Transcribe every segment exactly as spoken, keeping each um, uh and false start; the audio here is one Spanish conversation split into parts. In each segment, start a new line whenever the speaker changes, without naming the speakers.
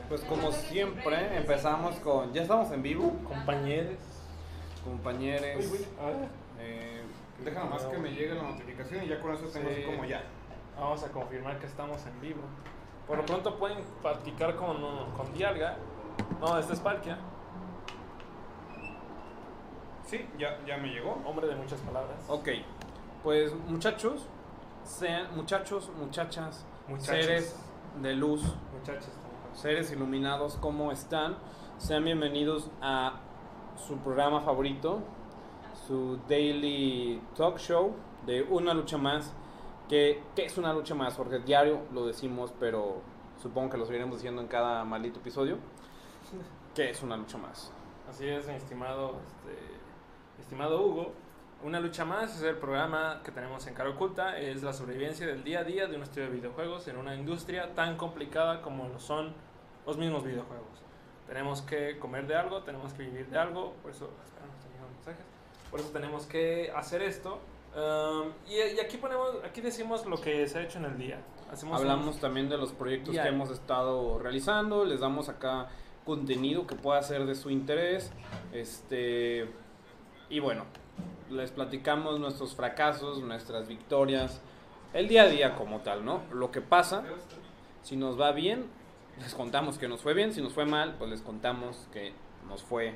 Pues como siempre empezamos con, ya estamos en vivo,
Compañeros.
compañeros.
Uy, uy. Ah,
Eh, deja nomás que me llegue la notificación y ya con eso tengo
Sí.
así como ya.
Vamos a confirmar que estamos en vivo. Por lo pronto pueden platicar con, con Dialga. No, este es Palkia,
Sí, ya, ya me llegó.
hombre de muchas palabras.
Ok, pues muchachos, sean muchachos, muchachas,
Muchachos.
seres de luz,
Muchachos.
seres iluminados, ¿cómo están? Sean bienvenidos a su programa favorito, su daily talk show de Una Lucha Más. Que, ¿Qué es una lucha más? Porque diario lo decimos, pero supongo que lo seguiremos diciendo en cada maldito episodio. ¿Qué es una lucha más?
Así es, mi estimado, este, estimado Hugo. Una lucha más es el programa que tenemos en Cara Oculta. Es la sobrevivencia del día a día de un estudio de videojuegos en una industria tan complicada como lo son los mismos videojuegos. Tenemos que comer de algo, tenemos que vivir de algo. Por eso, espera, me están llegando mensajes. Por eso tenemos que hacer esto. Um, y, y aquí ponemos, aquí decimos lo que se ha hecho en el día. Hacemos
Hablamos
un-
también de los proyectos
Ya.
que hemos estado realizando. Les damos acá contenido que pueda ser de su interés. Este y bueno, les platicamos nuestros fracasos, nuestras victorias, el día a día como tal, ¿no? Lo que pasa, si nos va bien, les contamos que nos fue bien. Si nos fue mal, pues les contamos que nos fue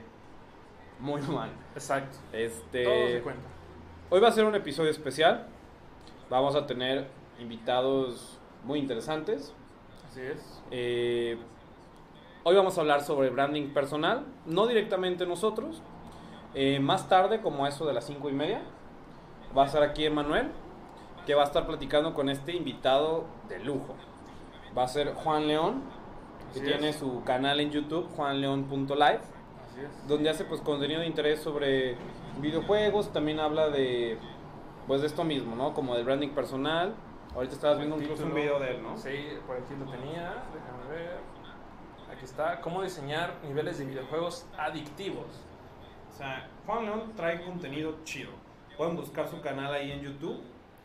muy mal.
Exacto.
Este
Todo se cuenta.
Hoy va a ser un episodio especial. Vamos a tener invitados muy interesantes.
Así es.
Eh, hoy vamos a hablar sobre branding personal, no directamente nosotros. Eh, más tarde, como a eso de las cinco y media, va a estar aquí Emanuel, que va a estar platicando con este invitado de lujo. Va a ser Juan León, que
Así
tiene
es.
su canal en YouTube, juan león punto live,
Así es.
donde hace pues contenido de interés sobre videojuegos. También habla de pues de esto mismo, ¿no? Como de branding personal. Ahorita estabas viendo
El
incluso un
título,
video de él, ¿no?
Sí, por aquí lo tenía. Déjame ver. Aquí está. Cómo diseñar niveles de videojuegos adictivos.
O sea, Juan León trae contenido chido. Pueden buscar su canal ahí en YouTube.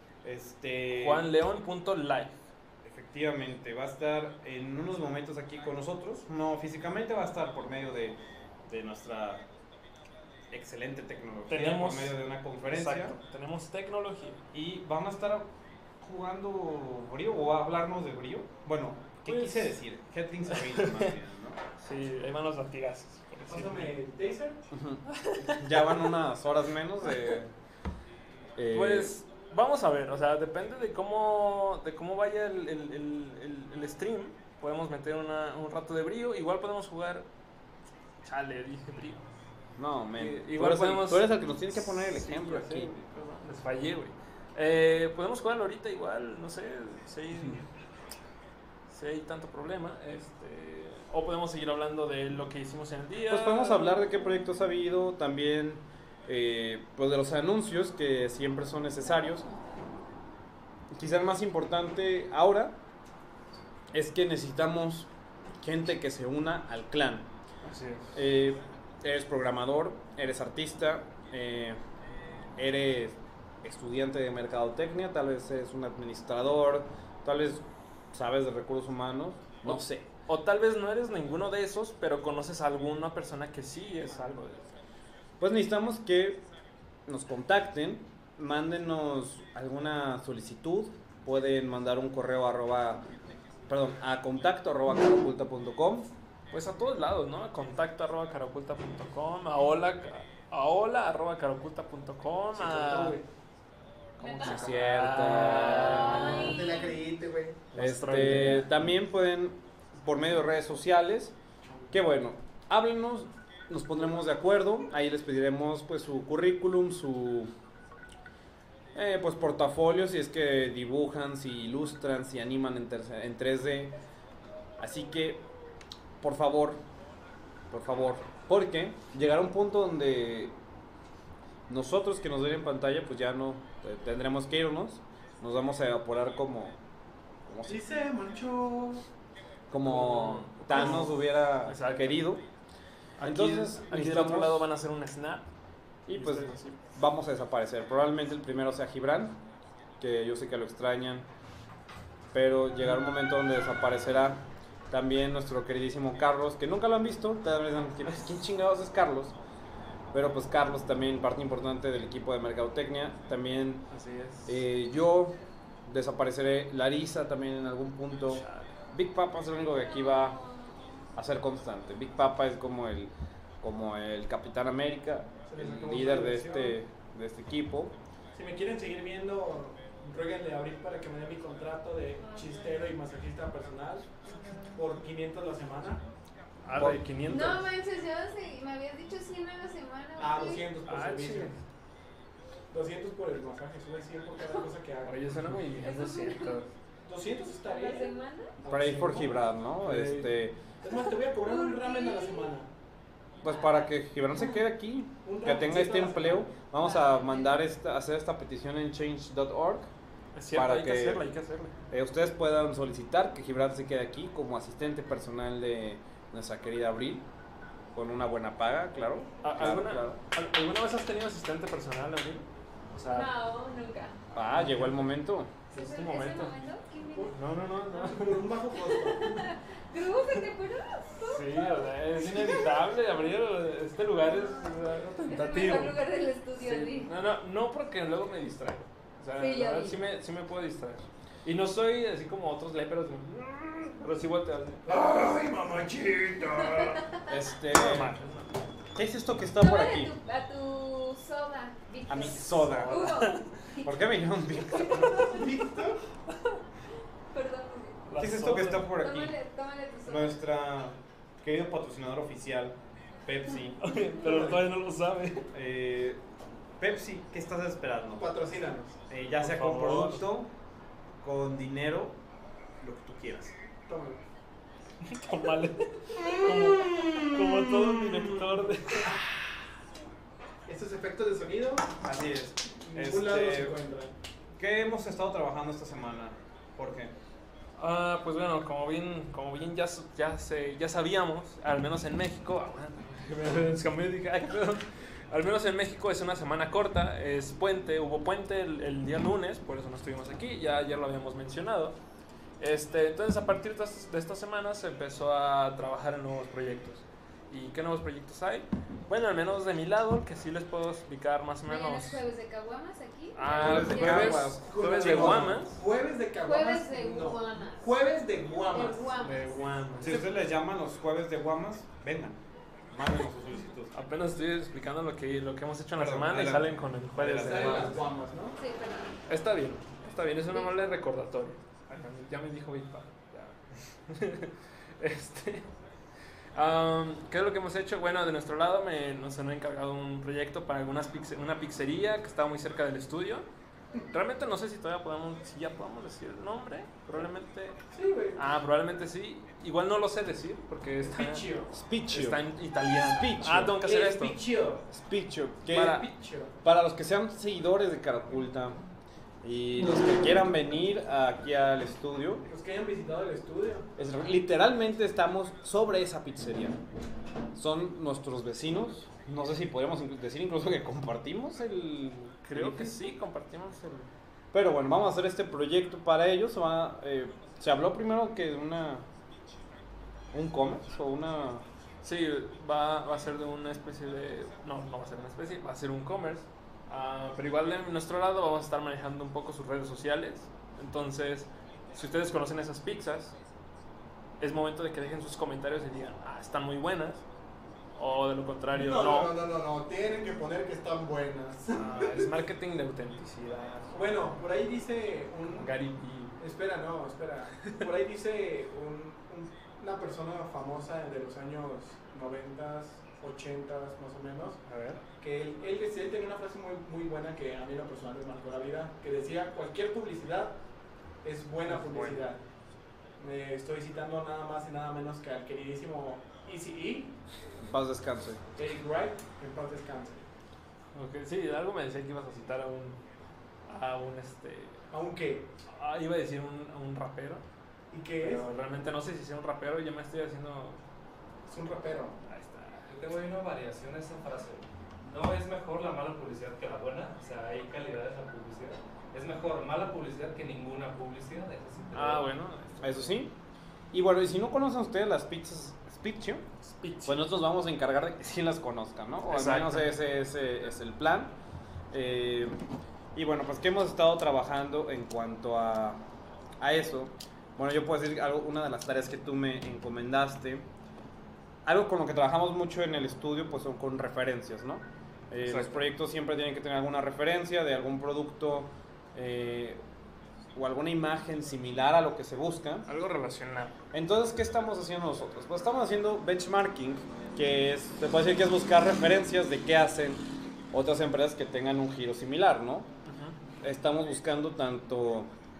Este,
juan león punto live.
efectivamente, va a estar en unos momentos aquí con nosotros. No físicamente, va a estar por medio de, de nuestra excelente tecnología,
Tenemos-
por medio de una conferencia.
Exacto. Tenemos tecnología.
Y van a estar jugando brío o a hablarnos de brío. Bueno, ¿qué
Pues-
quise decir? Headlings Arena, más bien, ¿no?
Sí, hay manos latigazos. por decirlo.
taser. Ya van unas horas menos de. eh,
Pues vamos a ver, o sea, depende de cómo de cómo vaya el, el, el, el- el stream. Podemos meter una, un rato de brío. Igual podemos jugar. Chale, dije brío.
No, men.
Eh,
Tú
igual
eres el-
podemos-
Tú eres el que nos tienes que poner el
Sí,
ejemplo
ya sé,
aquí.
güey, perdón, les fallé, güey. Eh, podemos jugar ahorita igual, no sé, si hay, si hay tanto problema. Este, o podemos seguir hablando de lo que hicimos en el día.
Pues podemos hablar de qué proyectos ha habido, también eh, pues de los anuncios que siempre son necesarios. Quizá el más importante ahora es que necesitamos gente que se una al clan.
Así es.
Eh, eres programador, eres artista, eh, eres estudiante de mercadotecnia, tal vez eres un administrador, tal vez sabes de recursos humanos, no sé.
O tal vez no eres ninguno de esos, pero conoces a alguna persona que sí es algo de eso.
Pues necesitamos que nos contacten, mándenos alguna solicitud, pueden mandar un correo arroba, perdón, a contacto arroba caraoculta punto com.
Pues a todos lados, ¿no? A contacto arroba caraoculta punto com, a hola, a hola arroba caraoculta punto com, a... ¿Cómo
No
que
es
se
cierto.
llama?
No te la creíste, güey.
Este, también pueden por medio de redes sociales, que bueno, háblenos, nos pondremos de acuerdo, ahí les pediremos pues su currículum, su eh, pues portafolio, si es que dibujan, si ilustran, si animan en, terce- en tres D. Así que por favor, por favor, porque llegará un punto donde nosotros que nos ven en pantalla pues ya no eh, tendremos que irnos, nos vamos a evaporar como como si
Sí se manchó.
como Thanos hubiera
Exacto.
querido.
Aquí,
Entonces,
aquí del
necesitamos-
otro lado van a hacer un snap.
Y pues
ustedes así.
vamos a desaparecer. Probablemente el primero sea Gibran, que yo sé que lo extrañan, pero llegará un momento donde desaparecerá. También nuestro queridísimo Carlos, que nunca lo han visto. Tal vez dirán, ¿quién, quién chingados es Carlos? Pero pues Carlos también parte importante del equipo de mercadotecnia. También
Así es.
eh, yo desapareceré. Larisa también en algún punto. Big Papa es el único que aquí va a ser constante. Big Papa es como el, como el Capitán América, el líder de este, de este equipo.
Si me quieren seguir viendo, ruéguenle a Abril para que me dé mi contrato de chistero y masajista personal por quinientos la semana.
Ah,
Por-
de quinientos.
No manches, yo sí, me habías dicho cien a la semana.
Ah,
güey.
doscientos por
Ah,
servicio.
chido.
doscientos por el masaje, sube cien por cada cosa que haga.
Oye, suena muy bien,
Eso
es cierto.
doscientos está
¿A la
bien.
semana?
Pray for Gibran, ¿no?
Sí.
Este,
Es más, te voy a cobrar un ramen a la semana.
pues para que Gibran se quede aquí,
Un
que tenga
ramencito
este
a la
empleo,
semana.
vamos a mandar esta, hacer esta petición en change punto org.
Es cierto,
Para
hay que,
que-
hacerla, hay que hacerla.
Eh, ustedes puedan solicitar que Gibran se quede aquí como asistente personal de nuestra querida Abril, con una buena paga, claro.
¿A-
claro,
¿Alguna,
claro.
al- ¿Alguna vez has tenido asistente personal, Abril? O sea,
No, nunca.
Ah, llegó el momento.
es
¿Es
tu
el-
momento.
¿Es el momento? ¿Quién viene?
No, no, no, no.
Por un bajo costo.
Cruz, ¿te acuerdas?
Sí, o sea, es inevitable, Abril. Este lugar es algo
Es el
tentativo.
mejor lugar del estudio,
Sí.
sí.
No, no, no porque luego me distraigo. O sea,
Sí,
la
ya
verdad
vi.
sí me, sí me puedo distraer. Y no soy así como otros léperos, de, pero sí volteo así.
¡Ay, mamachita!
Este,
Normal.
¿qué es esto que está por
Tómale
aquí?
tu- a tu soda, Víctor.
A mi soda.
Hugo.
¿Por qué me llaman Víctor?
¿Víctor?
Perdón.
La
¿Qué es esto que
soda.
está por aquí?
Tómale, tómale tu soda.
Nuestra querido patrocinador oficial, Pepsi.
Pero todavía no lo sabe.
Eh, Pepsi, ¿qué estás esperando?
Patrocínanos.
Eh, ya
Por
sea con
favor.
producto, con dinero, lo que tú quieras.
Tómalo.
Tamales. Como, como todo director de.
Estos efectos de sonido,
Así es.
en ningún lado
Este,
se encuentran.
¿Qué hemos estado trabajando esta semana, Jorge?
Ah, pues bueno, como bien, como bien ya, ya, se, ya sabíamos, al menos en México, me descambié y dije, "Ay, perdón". Al menos en México es una semana corta, es puente, hubo puente el, el día lunes, por eso no estuvimos aquí, ya, ya lo habíamos mencionado. Este, entonces a partir de estas, de estas semanas se empezó a trabajar en nuevos proyectos. ¿Y qué nuevos proyectos hay? Bueno, al menos de mi lado, que sí les puedo explicar más o
Mañana
menos.
es jueves de caguamas aquí.
Ah,
Jueves de
jueves,
caguamas.
jueves de guamas.
Jueves de caguamas.
Jueves de
no.
guamas.
Jueves de
De
guamas.
guamas.
De guamas.
Si ustedes les llaman los jueves de Guamas, vengan, mándenos su solicitud.
Apenas estoy explicando lo que, lo que hemos hecho en la
Perdón,
semana y
adelante.
salen con el jueves de
Salen las
guamas.
guamas, ¿no?
Sí, perdón.
Está bien, está bien, es un amable recordatorio. Ajá, ya me dijo Big Papa. Ya. este, um, ¿Qué es lo que hemos hecho? Bueno, de nuestro lado me, nos han encargado un proyecto para algunas pizze- una pizzería que estaba muy cerca del estudio. Realmente no sé si todavía podemos, si ya podemos decir el nombre. Probablemente.
Sí, güey.
Ah, probablemente sí. Igual no lo sé decir porque está,
Spicchio.
Spicchio.
está en italiano.
Spicchio.
Ah, tengo que hacer esto.
Spicchio.
Spicchio. Que
Para-
Spicchio.
para los que sean seguidores de Caraculta y los que quieran venir aquí al estudio,
Los que hayan visitado el estudio.
es- literalmente estamos sobre esa pizzería. Son nuestros vecinos. No sé si podríamos inclu- decir incluso que compartimos el...
Creo
el
que
edificio.
sí, compartimos el...
Pero bueno, vamos a hacer este proyecto para ellos. Se, va, eh, se habló primero que de una... un commerce o una...
Sí, va, va a ser de una especie de... No, no va a ser una especie, va a ser un commerce. Ah, pero igual de nuestro lado vamos a estar manejando un poco sus redes sociales. Entonces, si ustedes conocen esas pizzas, es momento de que dejen sus comentarios y digan, ah, están muy buenas. O de lo contrario,
No,
no.
no, no, no, no. Tienen que poner que están buenas.
Ah, es marketing de autenticidad.
Bueno, por ahí dice un.
Gary Vee.
Espera, no, espera. Por ahí dice un, un- una persona famosa de los años noventas, ochentas, más o menos,
A ver.
que él, él, decía- él tenía una frase muy, muy buena que a mí en lo personal me marcó la vida, que decía, cualquier publicidad es buena
Es
publicidad. Me estoy citando nada más y nada menos que al queridísimo Eazy-E,
Paz descanse.
Eric Wright, en paz descanse.
Ok, sí, algo me decía que ibas a citar a un... A un este...
Aunque,
Ah, iba a decir un, a un rapero.
¿y qué es?
Pero realmente no sé si sea un rapero, yo me estoy haciendo...
Es un rapero.
Ahí está.
Yo tengo ahí una variación a esa frase. No es mejor la mala publicidad que la buena, o sea, hay calidades en la publicidad. Es mejor mala publicidad que ninguna publicidad. Eso sí te lo
Ah,
digo.
bueno.
Eso sí. Y bueno, y si no conocen ustedes las pizzas Spicchio,
Speech.
pues nosotros vamos a encargar de que sí las conozcan, ¿no? O al
Exacto.
menos ese, ese es el plan. Eh, y bueno, pues que hemos estado trabajando en cuanto a, a eso. Bueno, yo puedo decir algo, una de las tareas que tú me encomendaste. Algo con lo que trabajamos mucho en el estudio, pues son con referencias, ¿no? Eh, los
Exacto.
proyectos siempre tienen que tener alguna referencia de algún producto eh, o alguna imagen similar a lo que se busca.
Algo relacionado.
Entonces, ¿qué estamos haciendo nosotros? Pues estamos haciendo benchmarking, que es, se puede decir que es buscar referencias de qué hacen otras empresas que tengan un giro similar, ¿no?
Ujú.
Estamos buscando tanto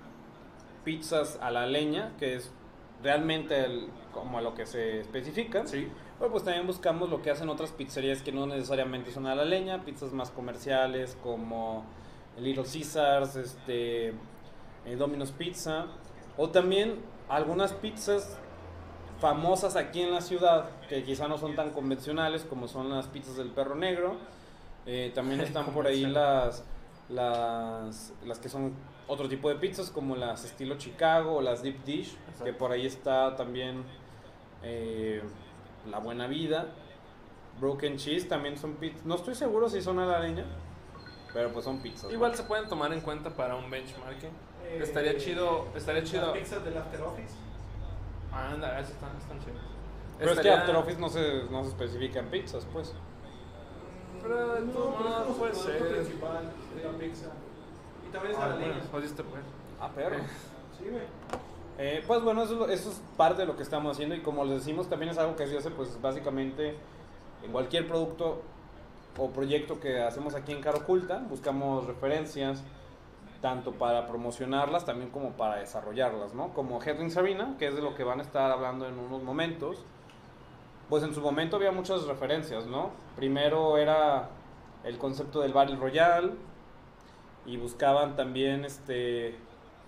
pizzas a la leña, que es realmente el- como a lo que se especifica.
Sí.
Pero pues también buscamos lo que hacen otras pizzerías que no necesariamente son a la leña, pizzas más comerciales como Little Caesars, este, eh, Domino's Pizza, o también algunas pizzas famosas aquí en la ciudad que quizá no son tan convencionales como son las pizzas del Perro Negro. Eh, también están por ahí las, las, las que son otro tipo de pizzas como las estilo Chicago o las Deep Dish,
Exacto.
que por ahí está también eh, La Buena Vida. Broken Cheese también son pizzas, no estoy seguro si son a la leña, pero pues son pizzas, ¿no?
Igual se pueden tomar en cuenta para un benchmarking.
Eh,
Estaría chido, estaría
Las
chido.
pizzas del After Office.
Ah, anda, esas están, están chidas.
Pero es que
Estaría-
After Office no se, no se especifica en pizzas, pues.
Pero de todos
pero es
modos
como su
puede
producto
ser.
principal de la pizza. Y también es a
Ah,
la
bueno,
leña.
jodiste pues.
Ah, perro.
Sí, güey.
Eh, pues bueno, eso, es lo- eso es parte de lo que estamos haciendo y como les decimos también es algo que se hace pues básicamente en cualquier producto o proyecto que hacemos aquí en Caro Oculta, buscamos referencias tanto para promocionarlas también como para desarrollarlas, ¿no? Como Headlings Arena, que es de lo que van a estar hablando en unos momentos, pues en su momento había muchas referencias, ¿no? Primero era el concepto del Battle Royale y buscaban también este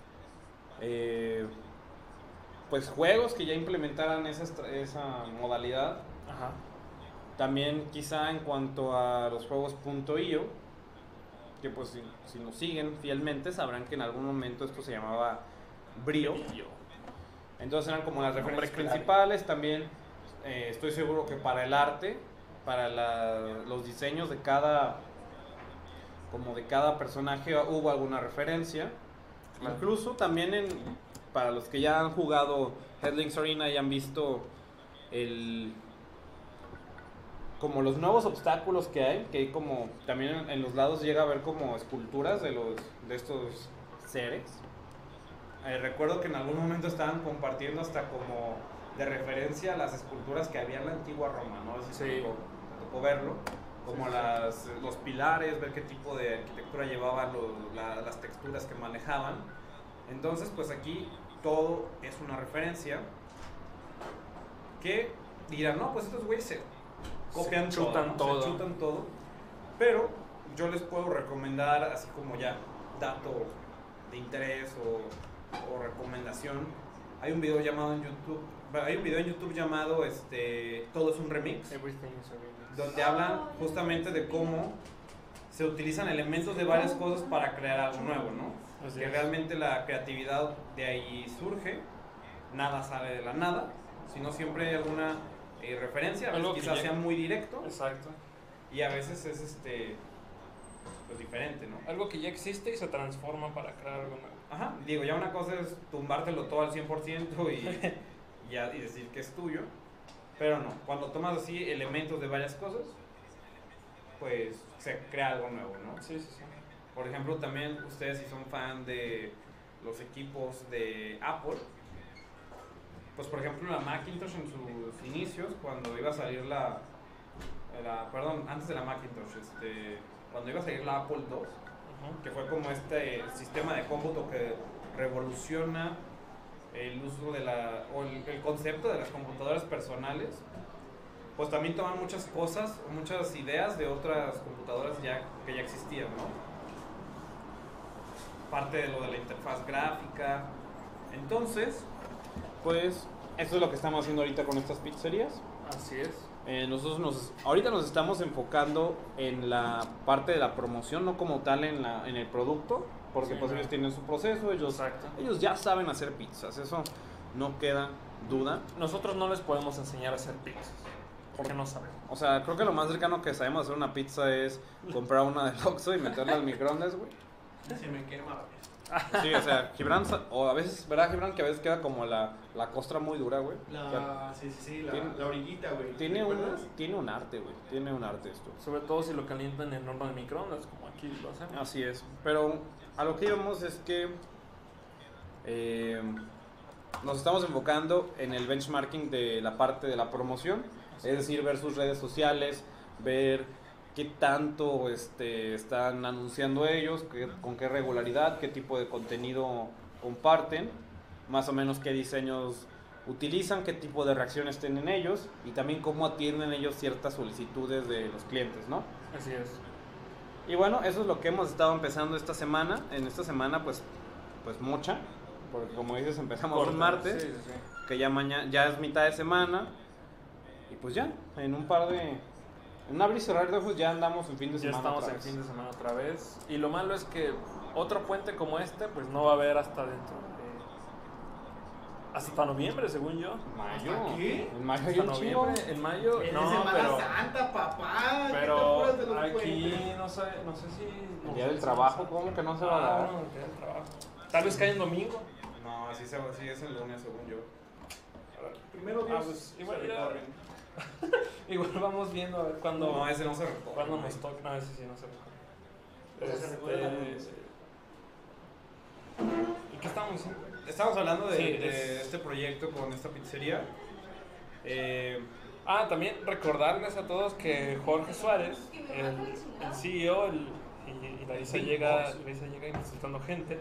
eh, pues juegos que ya implementaran esa, estra- esa modalidad.
Ajá.
También quizá en cuanto a los juegos punto i o, que pues si, si nos siguen fielmente sabrán que en algún momento esto se llamaba Brio. Entonces eran como las
Nombre
referencias
clave.
principales. También eh, estoy seguro que para el arte, para la- los diseños de cada, como de cada personaje hubo alguna referencia.
Claro.
Incluso también en, para los que ya han jugado Headlings Arena y han visto el como los nuevos obstáculos que hay, que hay como también en, en los lados llega a ver como esculturas de los de estos seres. Eh, recuerdo que en algún momento estaban compartiendo hasta como de referencia las esculturas que había en la antigua Roma, ¿no? Así
Sí.
te tocó, te tocó verlo, como
Sí, sí.
las, los pilares, ver qué tipo de arquitectura llevaban, los- la- las texturas que manejaban. Entonces, pues aquí todo es una referencia que dirán, no, pues estos güeyes se copian
Se chutan
todo, ¿no?
todo.
Se chutan todo. Pero yo les puedo recomendar, así como ya, dato de interés o, o recomendación. Hay un video llamado en YouTube, hay un video en YouTube llamado este, Todo es un remix,
Everything is a remix.
donde hablan justamente de cómo se utilizan elementos de varias cosas para crear algo nuevo, ¿no?
Así
Que
es.
realmente la creatividad de ahí surge, nada sale de la nada, sino siempre hay alguna eh, referencia, a veces
Algo que
quizás
ya-
sea muy directo
Exacto.
y a veces es este pues diferente, ¿no?
Algo que ya existe y se transforma para crear algo nuevo.
Ajá, digo, ya una cosa es tumbártelo todo al cien por ciento y, y, ya- y decir que es tuyo, pero no, cuando tomas así elementos de varias cosas, pues se crea algo nuevo, ¿no?
Sí, sí, sí.
Por ejemplo, también ustedes si son fan de los equipos de Apple, pues por ejemplo la Macintosh en sus inicios, cuando iba a salir la, la perdón, antes de la Macintosh, este, cuando iba a salir la Apple dos,
Ujú.
que fue como este sistema de cómputo que revoluciona el uso de la, o el, el concepto de las computadoras personales, pues también toman muchas cosas, o muchas ideas de otras computadoras ya, que ya existían, ¿no? Parte de lo de la interfaz gráfica. Entonces, pues, eso es lo que estamos haciendo ahorita con estas pizzerías.
Así es.
Eh, nosotros nos, ahorita nos estamos enfocando en la parte de la promoción, no como tal en, la, en el producto, porque
Sí,
pues
no.
ellos tienen su proceso, ellos,
Exacto.
ellos ya saben hacer pizzas, eso no queda duda.
Nosotros no les podemos enseñar a hacer pizzas, porque no sabemos.
O sea, creo que lo más cercano que sabemos hacer una pizza es comprar una del Oxxo y meterla al microondas, güey.
Se me quema.
Sí, o sea, Gibran, sa- o a veces, ¿verdad, Gibran? Que a veces queda como la, la costra muy dura, güey. O sea,
La, sí, sí, sí, la,
tiene-
la orillita, güey.
tiene,
¿Te
un,
acuerdas?
tiene un arte, güey. Tiene un arte esto.
Sobre todo si lo calientan en horno de microondas, como aquí lo hacemos.
Así es. Pero a lo que íbamos es que eh, nos estamos enfocando en el benchmarking de la parte de la promoción. Es decir, ver sus redes sociales, ver qué tanto este, están anunciando ellos, qué- con qué regularidad, qué tipo de contenido comparten, más o menos qué diseños utilizan, qué tipo de reacciones tienen ellos y también cómo atienden ellos ciertas solicitudes de los clientes, ¿no?
Así es.
Y bueno, eso es lo que hemos estado empezando esta semana. En esta semana, pues, pues mucha, porque como dices, empezamos
Corta,
un martes,
sí, sí, sí.
que ya mañana, ya es mitad de semana, y pues ya, en un par de, en un abrir y cerrar de ojos ya andamos en fin de
Ya
semana
estamos
otra
en
vez.
fin de semana otra vez. Y lo malo es que otro puente como este, pues no va a haber hasta dentro de... Hasta noviembre, según yo.
Mayo.
¿Hasta qué?
En mayo hay
Hasta
un chingo.
noviembre. En mayo,
Es
no,
Semana
pero...
Santa, papá. ¿Qué te
Pero
acuerdas de los
aquí
puentes?
no sé, no sé si...
El
no
día
sé
del
si-
trabajo, ¿cómo que no se va a
Ah,
dar?
no, el día del trabajo. Tal vez cae en domingo.
No, así, se, así es el lunes, según yo.
Primero
Ah,
Dios.
pues igual
se
ya-
recorren.
Igual vamos viendo a ver cuándo...
No, ese no se recorre.
cuándo
güey.
nos toca. No, ese sí no se recuerda.
Pero se recuerda
Este,
cuando-
¿Y qué estamos diciendo?
Estamos hablando de,
Sí,
de
es-
este proyecto con esta pizzería. Eh,
Ah, también recordarles a todos que Jorge Suárez, el, el C E O, el, y, y Larisa
Big
llega,
Boss.
Larisa llega insultando gente.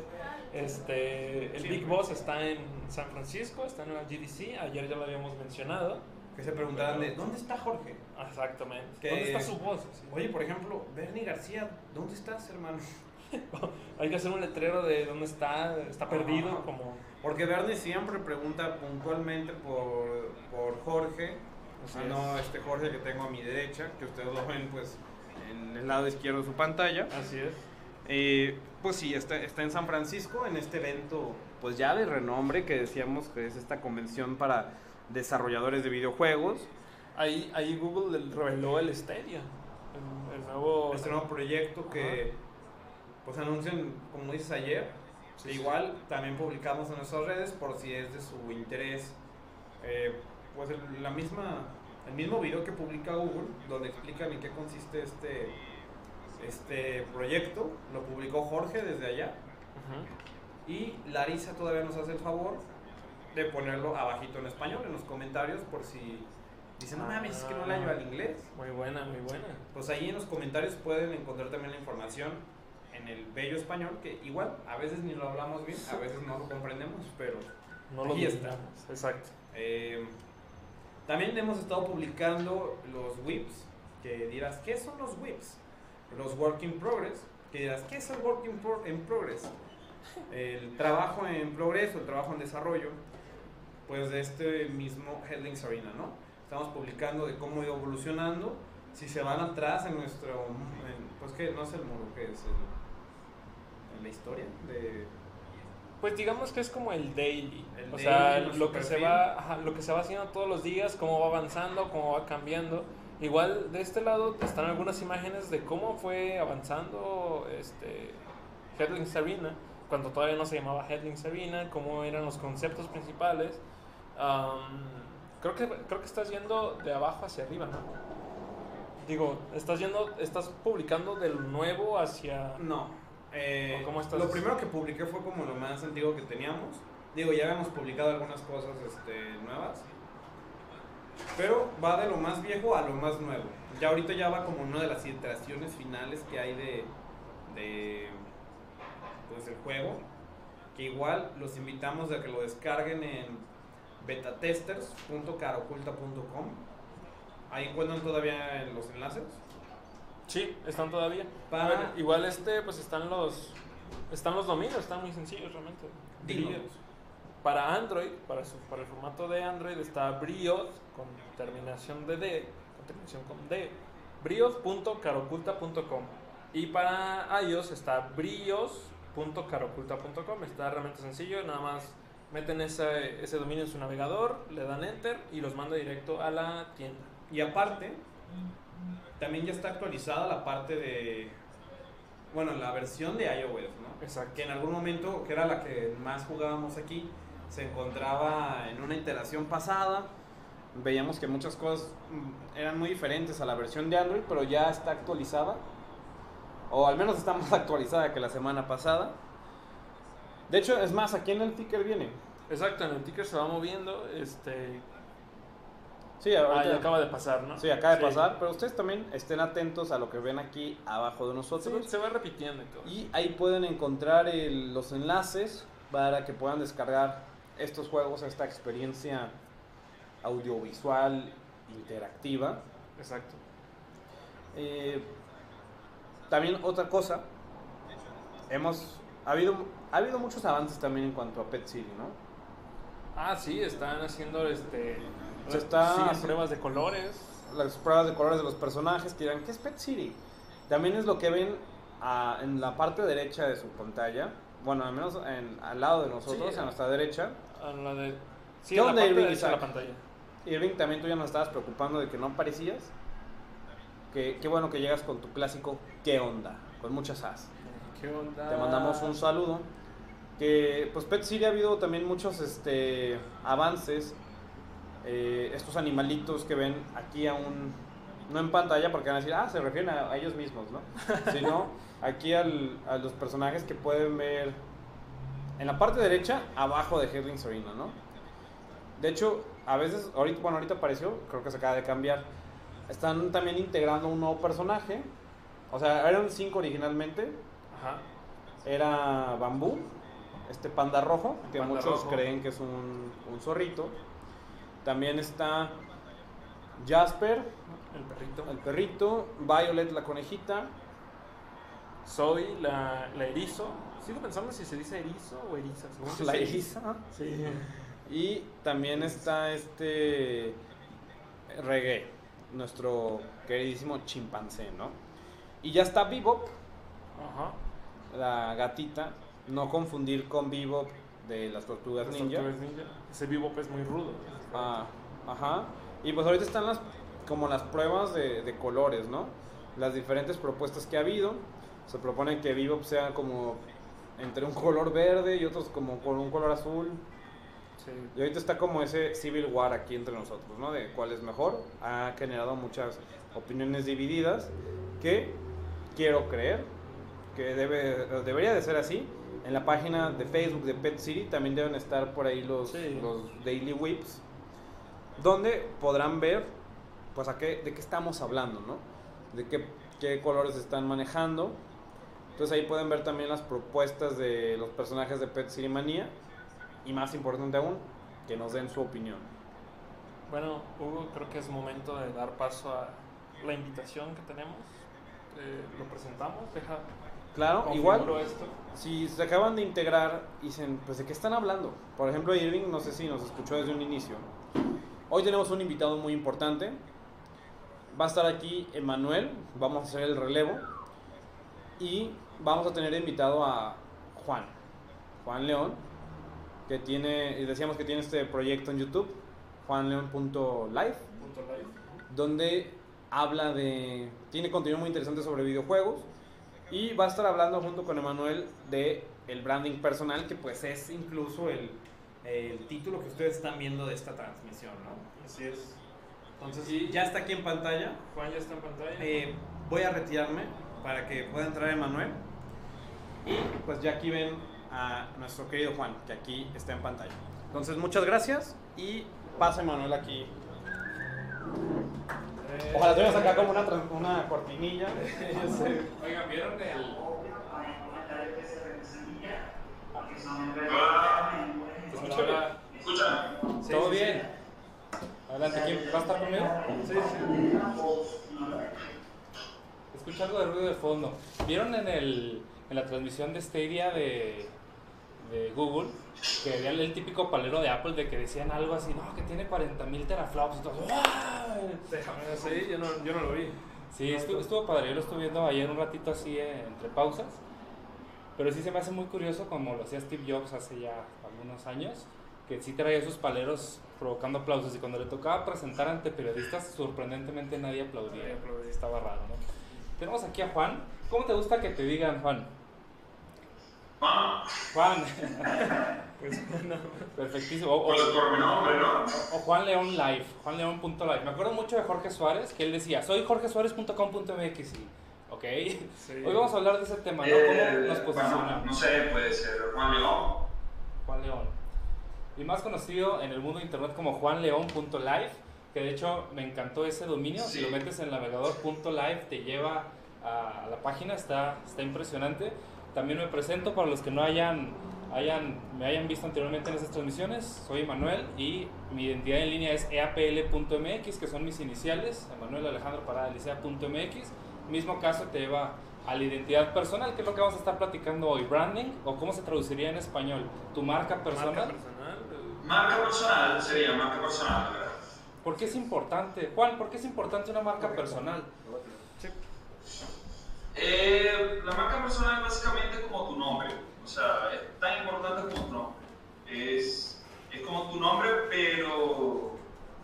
Este, el Big Boss está en San Francisco, está en la G D C, ayer ya lo habíamos mencionado.
que se preguntaban de, ¿dónde está Jorge?
Exactamente.
Que-
¿Dónde está su voz? Sí.
Oye, por ejemplo, Bernie García, ¿dónde estás, hermano?
Hay que hacer un letrero de dónde está, está perdido,
Ajá.
como...
Porque Bernie siempre pregunta puntualmente por, por Jorge.
Así
Ah,
es.
no, este Jorge que tengo a mi derecha, que ustedes lo ven pues en el lado izquierdo de su pantalla.
Así es.
Eh, pues sí, está, está en San Francisco en este evento pues ya de renombre que decíamos que es esta convención para desarrolladores de videojuegos.
Ahí, ahí Google le reveló el Stadia, el, el nuevo...
Este nuevo proyecto que pues anuncian, como dices ayer.
Sí,
E
sí.
igual también publicamos en nuestras redes por si es de su interés. Eh, pues el, la misma, el mismo video que publica Google, donde explican en qué consiste este, este proyecto, lo publicó Jorge desde allá.
Ujú.
Y Larisa todavía nos hace el favor de ponerlo abajito en español, en los comentarios, por si dicen, no mames, es que no le hallo al inglés.
Muy buena, muy buena.
Pues ahí en los comentarios pueden encontrar también la información en el bello español, que igual a veces ni lo hablamos bien, a veces no lo comprendemos, pero
No lo
Ahí está.
dominamos. Exacto.
eh, también hemos estado publicando los W I Ps, que dirás, ¿qué son los W I Ps? Los Work in Progress, que dirás, ¿qué es el Work in, Pro- in Progress? El trabajo en progreso, el trabajo en desarrollo, pues de este mismo Headlings Arena, ¿no? Estamos publicando de cómo ha ido evolucionando. Si se van atrás en nuestro, en- pues que no es el muro, que es el, en la historia de...
Pues digamos que es como el daily,
El
o
daily,
sea,
nuestro
lo que se
perfil.
va, ajá, lo que se va haciendo todos los días, cómo va avanzando, cómo va cambiando. Igual de este lado están algunas imágenes de cómo fue avanzando este Headlings Arena, cuando todavía no se llamaba Headlings Arena, cómo eran los conceptos principales. Am, creo que creo que estás yendo de abajo hacia arriba, ¿no? Digo, estás yendo, estás publicando del nuevo hacia...
No. Eh,
¿O cómo estás?
Lo primero que publiqué fue como lo más antiguo que teníamos. Digo, ya habíamos publicado algunas cosas este, nuevas. Pero va de lo más viejo a lo más nuevo. Ya ahorita ya va como una de las iteraciones finales que hay de, de pues el juego. Que igual los invitamos a que lo descarguen en betatesters punto caroculta punto com. Ahí encuentran todavía los enlaces.
Sí, están todavía.
Para-
A ver, igual este, pues están los están los dominios, están muy sencillos realmente.
Dinos.
Brio. Para Android, para su, para el formato de Android está brios con terminación de D, con terminación con D, brios punto caroculta punto com. Y para iOS está brios punto caroculta punto com. Está realmente sencillo, nada más Meten ese, ese dominio en su navegador, le dan enter y los manda directo a la tienda.
Y aparte, también ya está actualizada la parte de, bueno, la versión de iOS, ¿no?
Exacto.
Que en algún momento, que era la que más jugábamos aquí, se encontraba en una iteración pasada. Veíamos que muchas cosas mm, eran muy diferentes a la versión de Android, pero ya está actualizada. O al menos está más actualizada que la semana pasada. De hecho, es más, aquí en el ticker viene.
Exacto, en el ticker se va moviendo, este...
Sí,
Ah,
ahorita,
ya acaba de pasar, ¿no?
sí, acaba de pasar, pero ustedes también estén atentos a lo que ven aquí abajo de nosotros.
Sí, se va repitiendo y todo.
Y ahí pueden encontrar el- los enlaces para que puedan descargar estos juegos, esta experiencia audiovisual interactiva.
Exacto.
Eh, también otra cosa, hemos ha habido ha habido muchos avances también en cuanto a Pet City, ¿no?
Ah, sí, están haciendo este...
Se está
siguen
haciendo-
pruebas de colores.
Las pruebas de colores de los personajes que dirán, ¿qué es Pet City? También es lo que ven ah, en la parte derecha de su pantalla, bueno, al menos en, al lado de nosotros,
Sí.
a nuestra derecha.
A la de... Sí,
¿Qué
a la
onda,
parte
Irving
derecha de la
Isaac?
pantalla.
Irving, también tú ya nos estabas preocupando de que no aparecías. Que, qué bueno que llegas con tu clásico ¿qué onda? Con muchas as.
¿Qué onda?
Te mandamos un saludo. Que pues Pet City ha habido también muchos este, avances. Eh, estos animalitos que ven aquí aún, no en pantalla porque van a decir, ah, se refieren a, a ellos mismos, ¿no? Sino aquí al, a los personajes que pueden ver en la parte derecha, abajo de Herling Serena, ¿no? De hecho, a veces, ahorita, bueno, ahorita apareció, creo que se acaba de cambiar. Están también integrando un nuevo personaje. O sea, eran cinco originalmente.
Ajá.
Era Bambú, este panda rojo, que
Panda
muchos
rojo.
creen que es un, un zorrito. También está Jasper,
El perrito.
el perrito, Violet, la conejita,
Soy la, la erizo. Sigo pensando si se dice erizo o eriza. según yo
la
sí.
eriza,
Sí.
y también está este Reggae, nuestro queridísimo chimpancé, ¿no? Y ya está Bebop,
Ajá.
la gatita, no confundir con Bebop de las tortugas
Las
ninja.
tortugas ninja. Ese Bebop es muy rudo.
Ah, ajá. Y pues ahorita están las como las pruebas de, de colores, ¿no? Las diferentes propuestas que ha habido. Se propone que Bebop sea como entre un color verde y otros como con un color azul.
Sí.
Y ahorita está como ese Civil War aquí entre nosotros, ¿no? De cuál es mejor. Ha generado muchas opiniones divididas que quiero creer que debe, debería de ser así. En la página de Facebook de Pet City también deben estar por ahí los,
Sí.
los Daily Whips, donde podrán ver pues a qué, de qué estamos hablando, ¿no? De qué, qué colores están manejando. Entonces ahí pueden ver también las propuestas de los personajes de Pet City Manía. Y más importante aún, que nos den su opinión.
Bueno, Hugo, creo que es momento de dar paso a la invitación que tenemos. Eh, lo presentamos, deja.
Claro,
configuro
igual,
esto.
si se acaban de integrar y dicen, pues ¿de qué están hablando? Por ejemplo, Irving, no sé si nos escuchó desde un inicio. Hoy tenemos un invitado muy importante. Va a estar aquí Emanuel, vamos a hacer el relevo. Y vamos a tener invitado a Juan, Juan León, que tiene, y decíamos que tiene este proyecto en YouTube, juanleon punto live,
Punto live.
donde habla de, tiene contenido muy interesante sobre videojuegos. Y va a estar hablando junto con Emanuel de el branding personal, que pues es incluso el, el título que ustedes están viendo de esta transmisión, ¿no?
Así es.
Entonces,
Y-
ya está aquí en pantalla.
Juan ya está en pantalla.
Eh, voy a retirarme para que pueda entrar Emanuel. Y pues ya aquí ven a nuestro querido Juan, que aquí está en pantalla. Entonces, muchas gracias y pasa Emanuel aquí.
Eh,
Ojalá tuvieras acá como una, tran- una cortinilla.
Yo sé.
Oigan, ¿vieron el...?
¿Te escucho bien?
Sí,
¿Todo
sí,
bien? Adelante, ¿quién va a estar conmigo?
Sí, sí.
Escucho algo de ruido de fondo. ¿Vieron en, el, en la transmisión de Stadia de, de Google que había el típico palero de Apple de que decían algo así, no, que tiene cuarenta mil teraflops y todo? ¡Wow!
Déjame sí, yo no, yo no lo vi.
Sí, estuvo, estuvo padre. Yo lo estuve viendo ayer un ratito así eh, entre pausas. Pero sí se me hace muy curioso como lo hacía Steve Jobs hace ya algunos años, que sí traía sus paleros provocando aplausos y cuando le tocaba presentar ante periodistas, sorprendentemente nadie aplaudía.
Nadie aplaudía.
Estaba raro, ¿no? Tenemos aquí a Juan. ¿Cómo te gusta que te digan Juan?
Juan.
Juan.
Pues no.
Perfectísimo. O, o-
Pues por mi nombre, ¿no?
o Juan León Live, Juan León punto live. Me acuerdo mucho de Jorge Suárez, que él decía, soy jorge suárez punto com punto m x y, ok.
Sí.
Hoy vamos a hablar de ese tema, ¿no?
Eh,
¿Cómo nos
bueno,
posicionamos?
no sé, puede ser Juan León.
Juan León. Y más conocido en el mundo de internet como juan león punto live, que de hecho me encantó ese dominio.
Sí.
Si lo metes en navegador punto live te lleva a la página, está, está impresionante. También me presento para los que no hayan, hayan, me hayan visto anteriormente en esas transmisiones. Soy Emanuel y mi identidad en línea es e a p l punto m x, que son mis iniciales, Emanuel Alejandro Parada Licea punto m x. Mismo caso te lleva a la identidad personal, que es lo que vamos a estar platicando hoy. Branding, o cómo se traduciría en español, tu marca personal.
Marca personal. eh,
Marca personal sería marca personal, ¿verdad?
¿Por qué es importante? Juan, ¿por qué es importante una marca personal?
Sí.
Eh, la marca personal es básicamente como tu nombre, o sea, es tan importante como tu nombre. Es, es como tu nombre, pero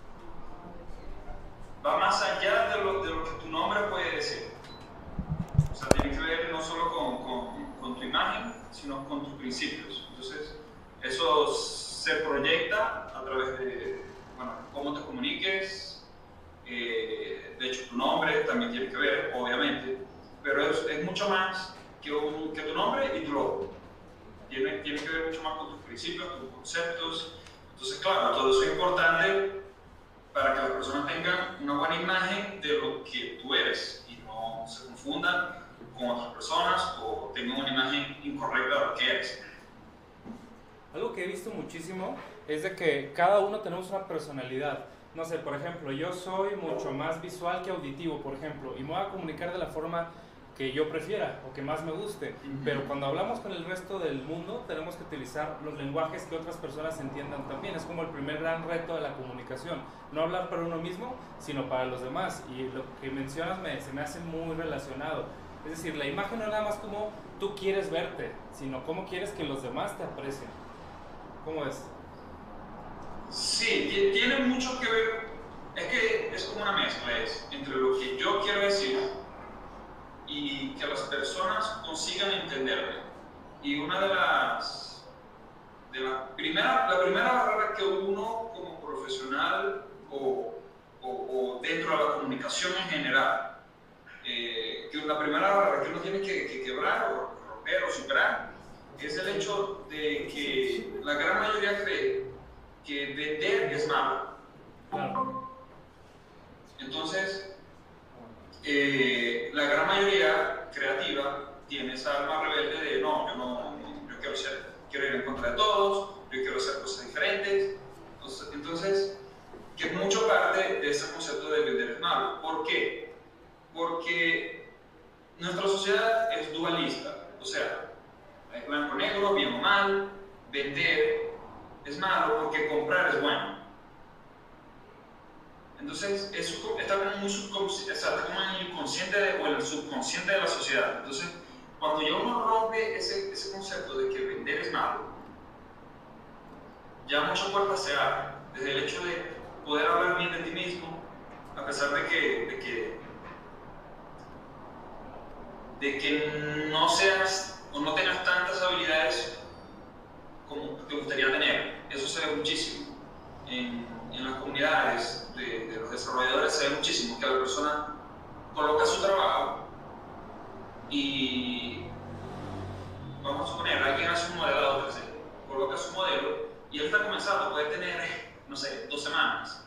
va más allá de lo, de lo que tu nombre puede decir. O sea, tiene que ver no solo con, con, con tu imagen, sino con tus principios. Entonces, eso se proyecta a través de, bueno, cómo te comuniques. Eh, de hecho, tu nombre también tiene que ver, obviamente, pero es, es mucho más que, un, que tu nombre y tu logo. Tiene, tiene que ver mucho más con tus principios, tus conceptos. Entonces, claro, todo eso es importante para que las personas tengan una buena imagen de lo que tú eres y no se confundan con otras personas o tengan una imagen incorrecta de lo que eres.
Algo que he visto muchísimo es de que cada uno tenemos una personalidad. No sé, por ejemplo, yo soy mucho más visual que auditivo, por ejemplo, y me voy a comunicar de la forma que yo prefiera o que más me guste.
Ujú.
Pero cuando hablamos con el resto del mundo, tenemos que utilizar los lenguajes que otras personas entiendan también. Es como el primer gran reto de la comunicación. No hablar para uno mismo, sino para los demás. Y lo que mencionas me, se me hace muy relacionado. Es decir, la imagen no es nada más como tú quieres verte, sino cómo quieres que los demás te aprecien. ¿Cómo es?
Sí, ti- tiene mucho que ver, es que es como una mezcla es, entre lo que yo quiero decir y que las personas consigan entenderme. Y una de las, de la primera, la primera barrera que uno como profesional o, o, o dentro de la comunicación en general, eh, que la primera barrera que uno tiene que, que quebrar o romper o superar, es el hecho de que la gran mayoría cree que vender es malo.
Claro.
Entonces, eh, la gran mayoría creativa tiene esa alma rebelde de no, yo no, yo quiero ser, quiero ir en contra de todos, yo quiero hacer cosas diferentes. Entonces, entonces que es mucho parte de ese concepto de vender es malo. ¿Por qué? Porque nuestra sociedad es dualista, o sea, es blanco-negro, bien o mal, vender es malo porque comprar es bueno. Entonces, eso está como, muy subconsciente, o sea, está como en el inconsciente de, o en el subconsciente de la sociedad. Entonces, cuando ya uno rompe ese, ese concepto de que vender es malo, ya muchas puertas se abren. Desde el hecho de poder hablar bien de ti mismo, a pesar de que, de que, de que no seas o no tengas tantas habilidades como te gustaría tener. Eso se ve muchísimo en, en las comunidades de, de los desarrolladores, se ve muchísimo que la persona coloca su trabajo y vamos a suponer, alguien hace un modelado tres D, coloca su modelo y él está comenzando, puede tener, no sé, dos semanas.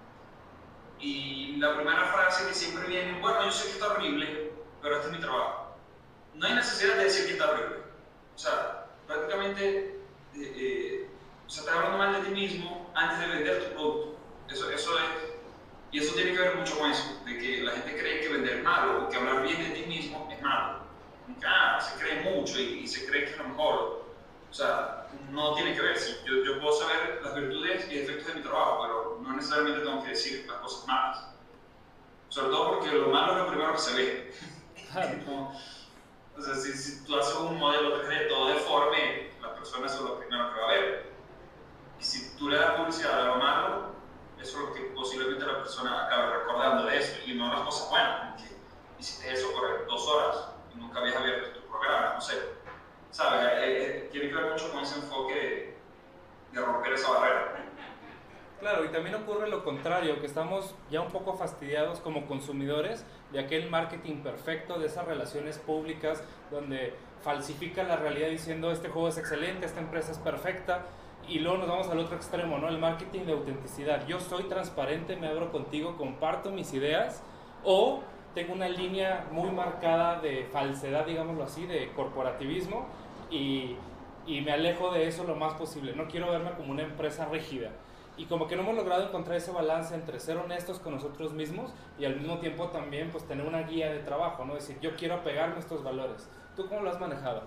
Y la primera frase que siempre viene, bueno, yo sé que está horrible, pero este es mi trabajo. No hay necesidad de decir que está horrible. O sea, prácticamente, eh, eh, o sea, estás hablando mal de ti mismo antes de vender tu producto. Eso, eso es, y eso tiene que ver mucho con eso, de que la gente cree que vender es malo, o que hablar bien de ti mismo es malo. Ah, se cree mucho y, y se cree que es lo mejor. O sea, no tiene que ver. Sí, yo, yo puedo saber las virtudes y defectos de mi trabajo, pero no necesariamente tengo que decir las cosas malas. Sobre todo porque lo malo es lo primero que se ve. No. Entonces, si, si tú haces un modelo tres D todo deforme, las personas son lo primero que va a ver. Y si tú le das publicidad a lo malo, eso es lo que posiblemente la persona acabe recordando de eso, y no las cosas buenas, como que hiciste eso por dos horas y nunca habías abierto tu programa, no sé. ¿Sabes? Eh, eh, tiene que ver mucho con ese enfoque de, de romper esa barrera.
Claro, y también ocurre lo contrario, que estamos ya un poco fastidiados como consumidores de aquel marketing perfecto, de esas relaciones públicas donde falsifica la realidad diciendo este juego es excelente, esta empresa es perfecta, y luego nos vamos al otro extremo, ¿no? El marketing de autenticidad. Yo soy transparente, me abro contigo, comparto mis ideas, o tengo una línea muy marcada de falsedad, digámoslo así, de corporativismo, y, y me alejo de eso lo más posible. No quiero verme como una empresa rígida. Y como que no hemos logrado encontrar ese balance entre ser honestos con nosotros mismos y al mismo tiempo también pues tener una guía de trabajo, ¿no? Es decir, yo quiero apegarme a estos valores. ¿Tú cómo lo has manejado?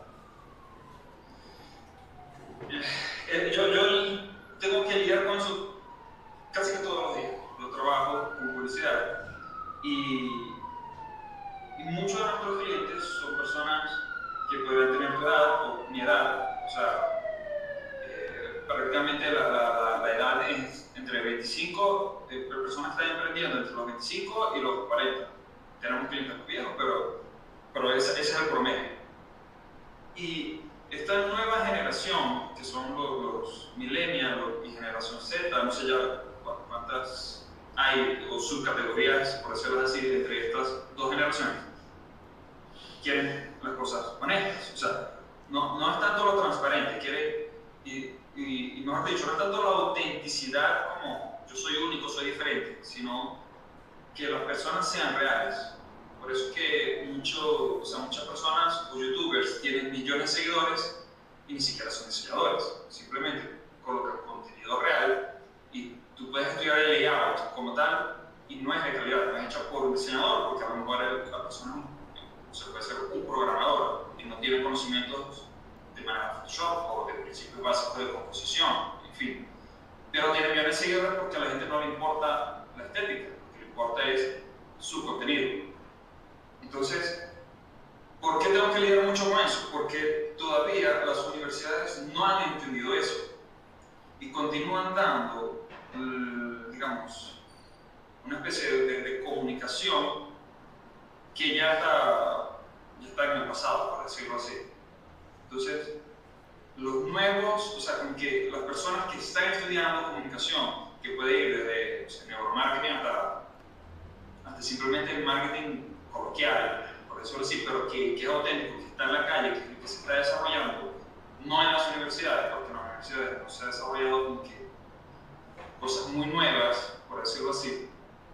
Eh, yo, yo tengo que lidiar con eso casi que todos los días. Yo trabajo con publicidad y, y muchos de nuestros clientes son personas que podrían tener tu edad o mi edad. O sea, eh, prácticamente la, la, la edad es entre veinticinco, eh, personas que están emprendiendo entre los veinticinco y los cuarenta. Tenemos clientes viejos, pero, pero ese, ese es el promedio. Y esta nueva generación, que son los, los millennials y generación Z, no sé ya cuántas hay o subcategorías, por decirlo así, entre estas dos generaciones, quieren las cosas honestas. O sea, no, no es tanto lo transparente, quiere, y, y, y mejor dicho, no es tanto la autenticidad como yo soy único, soy diferente, sino que las personas sean reales. Por eso es que mucho, o sea, muchas personas o youtubers tienen millones de seguidores y ni siquiera son diseñadores. Simplemente colocan contenido real y tú puedes estudiar el layout como tal y no es de calidad, no es hecho por un diseñador, porque a lo mejor el, la persona o sea, puede ser un programador y no tiene conocimientos de manejar Photoshop o de principios básicos de composición, en fin. Pero tiene millones de seguidores porque a la gente no le importa la estética, lo que le importa es su contenido. Entonces, ¿por qué tengo que lidiar mucho con eso? Porque todavía las universidades no han entendido eso y continúan dando, digamos, una especie de, de, de comunicación que ya está, ya está en el pasado, por decirlo así. Entonces, los nuevos, o sea, con que las personas que están estudiando comunicación, que puede ir desde o sea, neuromarketing hasta, hasta simplemente el marketing coloquial, por decirlo así, pero que, que es auténtico, que está en la calle, que, que se está desarrollando, no en las universidades, porque en las universidades no se ha desarrollado como que cosas muy nuevas, por decirlo así.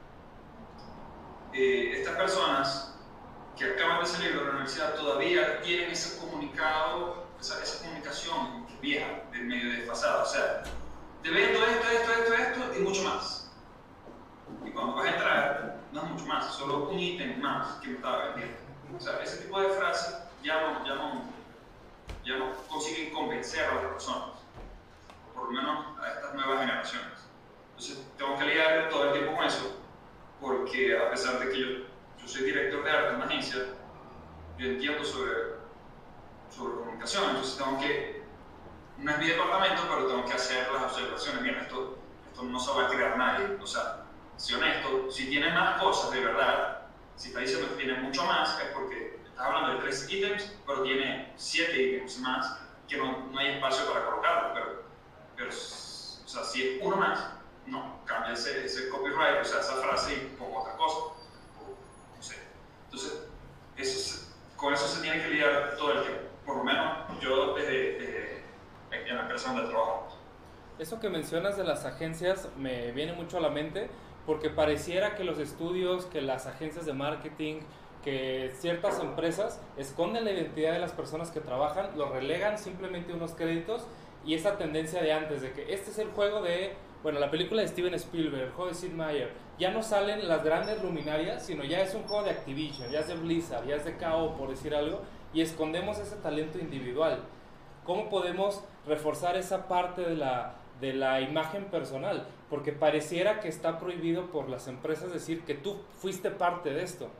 Eh, estas personas que acaban de salir de la universidad todavía tienen ese comunicado, esa, esa comunicación vieja, de medio desfasada, o sea, te vendo esto, esto, esto, esto y mucho más. Y cuando vas a entrar, no es mucho más, solo un ítem más que me estaba vendiendo. O sea, ese tipo de frases ya no, ya no, ya no consiguen convencer a las personas, por lo menos a estas nuevas generaciones. Entonces, tengo que lidiar todo el tiempo con eso, porque a pesar de que yo, yo soy director de arte en una agencia, yo entiendo sobre, sobre comunicación, entonces tengo que, no es mi departamento, pero tengo que hacer las observaciones. Mira, esto, esto no se va a crear nadie, o sea, si honesto, si tiene más cosas de verdad, si está diciendo que tiene mucho más, es porque estás hablando de tres ítems, pero tiene siete ítems más que no, no hay espacio para colocarlo. Pero, pero, o sea, si es uno más, no, cambia ese, ese copyright, o sea, esa frase y pongo otra cosa. O, no sé. Entonces, eso se, con eso se tiene que lidiar todo el tiempo. Por lo menos yo desde, desde en la empresa donde trabajo.
Eso que mencionas de las agencias me viene mucho a la mente, porque pareciera que los estudios, que las agencias de marketing, que ciertas empresas esconden la identidad de las personas que trabajan, lo relegan simplemente unos créditos, y esa tendencia de antes, de que este es el juego de, bueno, la película de Steven Spielberg, el juego de Sid Meier, ya no salen las grandes luminarias, sino ya es un juego de Activision, ya es de Blizzard, ya es de K O, por decir algo, y escondemos ese talento individual. ¿Cómo podemos reforzar esa parte de la, de la imagen personal? Porque pareciera que está prohibido por las empresas decir que tú fuiste parte de esto.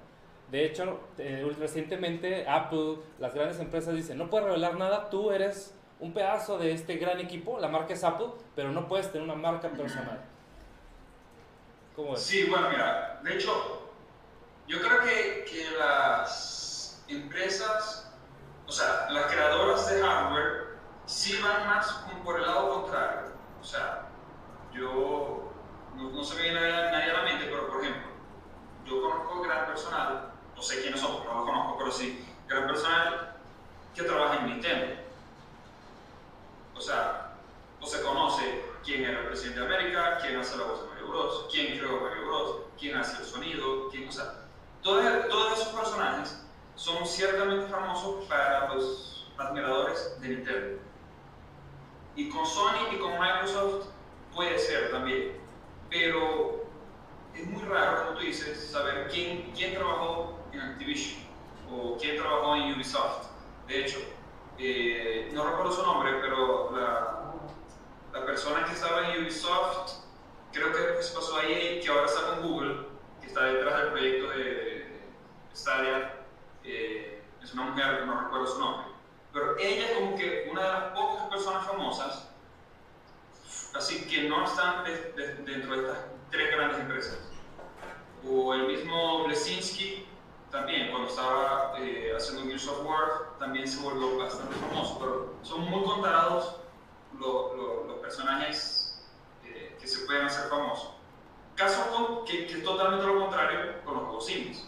De hecho, eh, recientemente Apple, las grandes empresas dicen, no puedes revelar nada, tú eres un pedazo de este gran equipo, la marca es Apple, pero no puedes tener una marca personal. ¿Cómo es?
Sí, bueno, mira, de hecho, yo creo que, que las empresas, o sea, las creadoras de hardware, sí van más como por el lado contrario. O sea, yo, no, no se me viene nadie, nadie a la mente, pero por ejemplo, yo conozco gran personal, no sé quiénes son, porque no los conozco, pero sí, gran personal que trabaja en Nintendo. O sea, o se conoce quién era el presidente de América, quién hace la voz de Mario Bros, quién creó Mario Bros, quién hace el sonido, quién, o sea, todos, todos esos personajes son ciertamente famosos para los admiradores de Nintendo. Y con Sony y con Microsoft puede ser también, pero es muy raro, como tú dices, saber quién, quién trabajó en Activision o quién trabajó en Ubisoft. De hecho, eh, no recuerdo su nombre, pero la, la persona que estaba en Ubisoft, creo que se pasó ahí, que ahora está con Google, que está detrás del proyecto de Stadia, eh, es una mujer, no recuerdo su nombre, pero ella es como que una de las pocas personas famosas, así que no están de, de, dentro de estas tres grandes empresas. O el mismo Blesinski, también cuando estaba eh, haciendo Gears of War, también se volvió bastante famoso, pero son muy contados lo, lo, los personajes eh, que se pueden hacer famosos. Caso con, que, que es totalmente lo contrario con los juegos indies.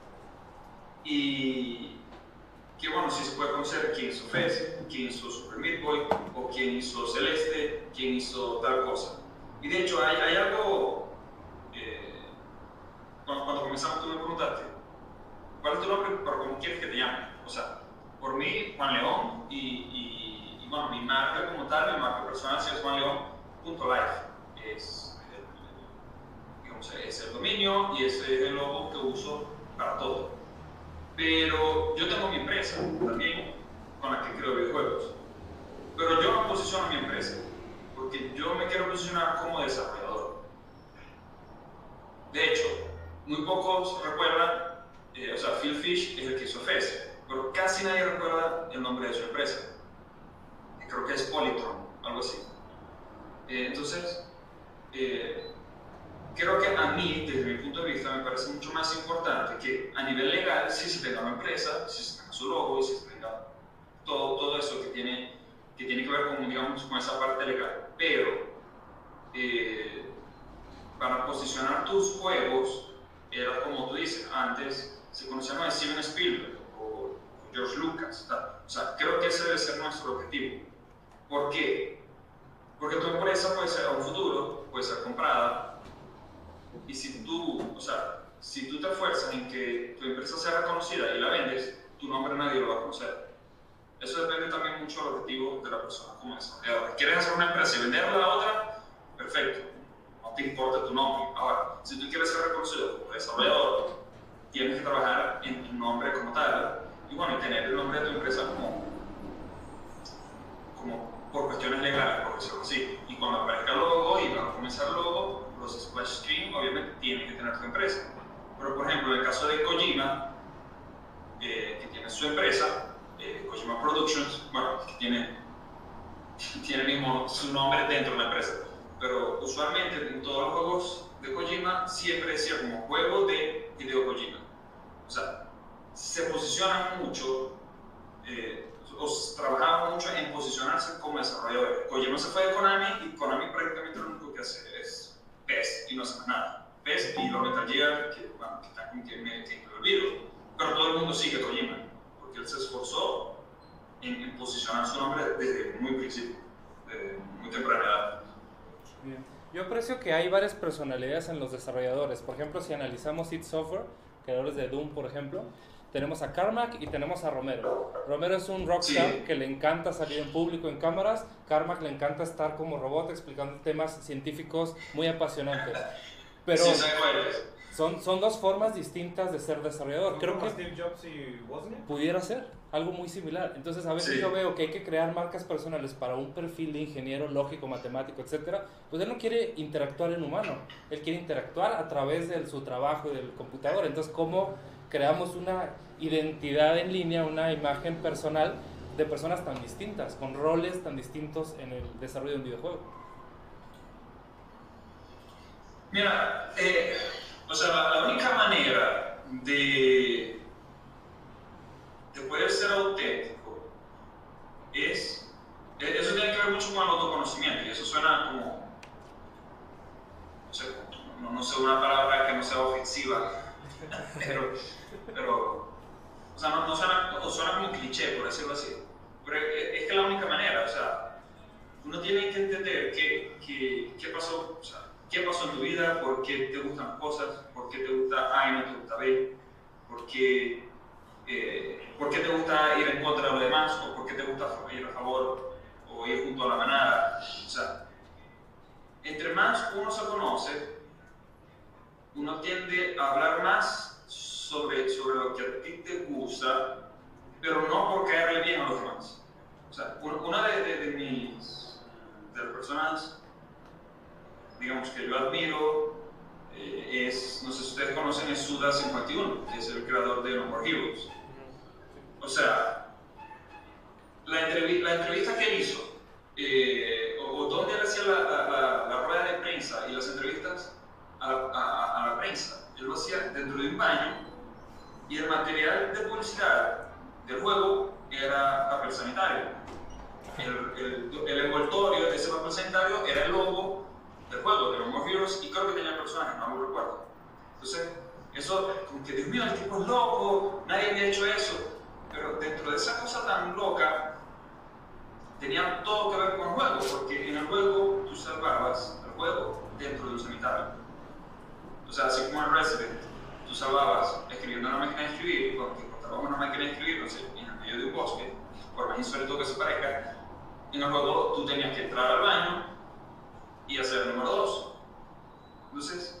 Y que bueno, sí se puede conocer quién hizo Fez, quién hizo Super Meat Boy, o quién hizo Celeste, quién hizo tal cosa. Y de hecho hay, hay algo, eh, cuando, cuando comenzamos tú me preguntaste, ¿cuál es tu nombre? Pero ¿cómo quieres que te llame? O sea, por mí, Juan León, y, y, y bueno, mi marca como tal, mi marca personal es juan león punto life. Es, el, digamos, es el dominio y ese es el logo que uso para todo. Pero yo tengo mi empresa también, con la que creo videojuegos. Pero yo no posiciono mi empresa, porque yo me quiero posicionar como desarrollador. De hecho, muy pocos recuerdan, eh, o sea, Phil Fish es el que hizo Fez, pero casi nadie recuerda el nombre de su empresa. Creo que es Polytron, algo así. Eh, entonces, eh, creo que a mí, desde mi punto de vista, me parece mucho más importante que a nivel legal sí se tenga una empresa, sí se tenga su logo, sí se tenga todo, todo eso que tiene, que tiene que ver con, digamos, con esa parte legal. Pero, eh, para posicionar tus juegos, era como tú dices, antes se conocía más de Steven Spielberg o George Lucas, ¿tá? O sea, creo que ese debe ser nuestro objetivo. ¿Por qué? Porque tu empresa puede ser a un futuro, puede ser comprada, y si tú, o sea, si tú te esfuerzas en que tu empresa sea reconocida y la vendes, tu nombre nadie lo va a conocer. Eso depende también mucho del objetivo de la persona como desarrolladora. ¿Quieres hacer una empresa y venderla a la otra? Perfecto, no te importa tu nombre. Ahora, si tú quieres ser reconocido como desarrollador, tienes que trabajar en tu nombre como tal, y bueno, tener el nombre de tu empresa como, como por cuestiones legales, por decirlo así. Y cuando aparezca el logo y va a comenzar el logo, los splash screen obviamente tienen que tener tu empresa. Pero por ejemplo, en el caso de Kojima, eh, que tiene su empresa, eh, Kojima Productions, bueno, que tiene, tiene mismo su nombre dentro de la empresa. Pero usualmente en todos los juegos de Kojima siempre decía como juego de Hideo Kojima. O sea, se posicionan mucho, eh, o trabajaban mucho en posicionarse como desarrolladores. Kojima se fue de Konami y Konami prácticamente lo único que hace es P E S y no hace más nada. P E S y los Metal Gear, que, bueno, que están que me, que me olvido, pero todo el mundo sigue a Kojima, porque él se esforzó en, en posicionar su nombre desde muy principio, desde muy temprana edad.
Bien. Yo aprecio que hay varias personalidades en los desarrolladores. Por ejemplo, si analizamos id Software, creadores de Doom, por ejemplo, tenemos a Carmack y tenemos a Romero. Romero es un rockstar
Sí.
que le encanta salir en público en cámaras. Carmack le encanta estar como robot explicando temas científicos muy apasionantes. Pero
Sí, ¿sabes cuál es?
son, son dos formas distintas de ser desarrollador. Creo que
Steve Jobs y Wozniak.
pudiera ser algo muy similar. Entonces a veces
Sí.
yo veo que hay que crear marcas personales para un perfil de ingeniero lógico, matemático, etcétera. Pues él no quiere interactuar en humano, él quiere interactuar a través de su trabajo y del computador. Entonces, ¿cómo creamos una identidad en línea, una imagen personal de personas tan distintas, con roles tan distintos en el desarrollo de un videojuego.
Mira, eh, o sea, la, la única manera de, de poder ser auténtico es, eso tiene que ver mucho con el autoconocimiento, y eso suena como, no sé, no, no sé una palabra que no sea ofensiva, pero, pero o sea, no, no suena, o suena como cliché, por decirlo así, pero es, es que es la única manera, o sea, uno tiene que entender qué, qué, qué pasó, o sea, qué pasó en tu vida, por qué te gustan las cosas, por qué te gusta A y no te gusta B, por qué, eh, por qué te gusta ir en contra de los demás, o por qué te gusta ir a favor, o ir junto a la manada, o sea, entre más uno se conoce, uno tiende a hablar más sobre, sobre lo que a ti te gusta, pero no por caerle bien a los demás. O sea, una de, de, de mis de las personas, digamos, que yo admiro eh, es, no sé si ustedes conocen, es Suda cincuenta y uno, que es el creador de No More Heroes. O sea, la, entrev la entrevista que él hizo, eh, o, o donde él hacía la, la, la, la rueda de prensa y las entrevistas a, a, a la prensa, él lo hacía dentro de un baño, y el material de publicidad del juego era papel sanitario. El, el, el envoltorio de ese papel sanitario era el logo del juego, de No More Heroes, y creo que tenía personajes, no lo recuerdo. Entonces, eso, como que Dios mío, el tipo es loco, nadie había hecho eso, pero dentro de esa cosa tan loca, tenía todo que ver con el juego, porque en el juego tú salvabas el juego dentro de un sanitario. O sea, así como en Resident, tú salvabas escribiendo una máquina de escribir, porque encontrabas una máquina de escribir, no sé, en el medio de un bosque, por más insólito que se parezca, en el juego tú tenías que entrar al baño y hacer el número dos. Entonces,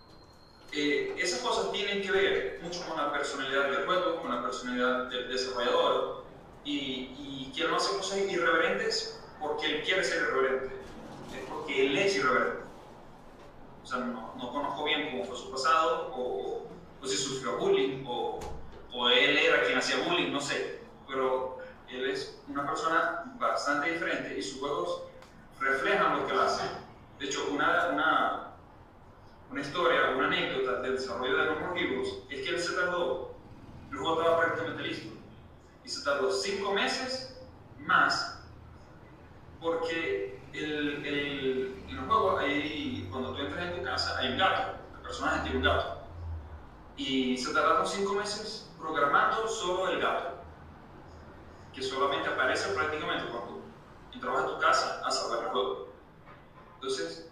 eh, esas cosas tienen que ver mucho con la personalidad del juego, con la personalidad del desarrollador, y, y quien no hace cosas irreverentes porque él quiere ser irreverente, es porque él es irreverente. O sea, no, no conozco bien cómo fue su pasado, o, o si sufrió bullying, o, o él era quien hacía bullying, no sé, pero él es una persona bastante diferente y sus juegos reflejan lo que él hace. De hecho, una, una, una historia, una anécdota del desarrollo de No More Heroes es que él se tardó, el juego estaba prácticamente listo, y se tardó cinco meses más porque el, el, en el juego, hay, cuando tú entras en tu casa, hay un gato, el personaje tiene un gato, y se tardaron cinco meses programando solo el gato, que solamente aparece prácticamente cuando entras a tu casa a salvar el juego. Entonces,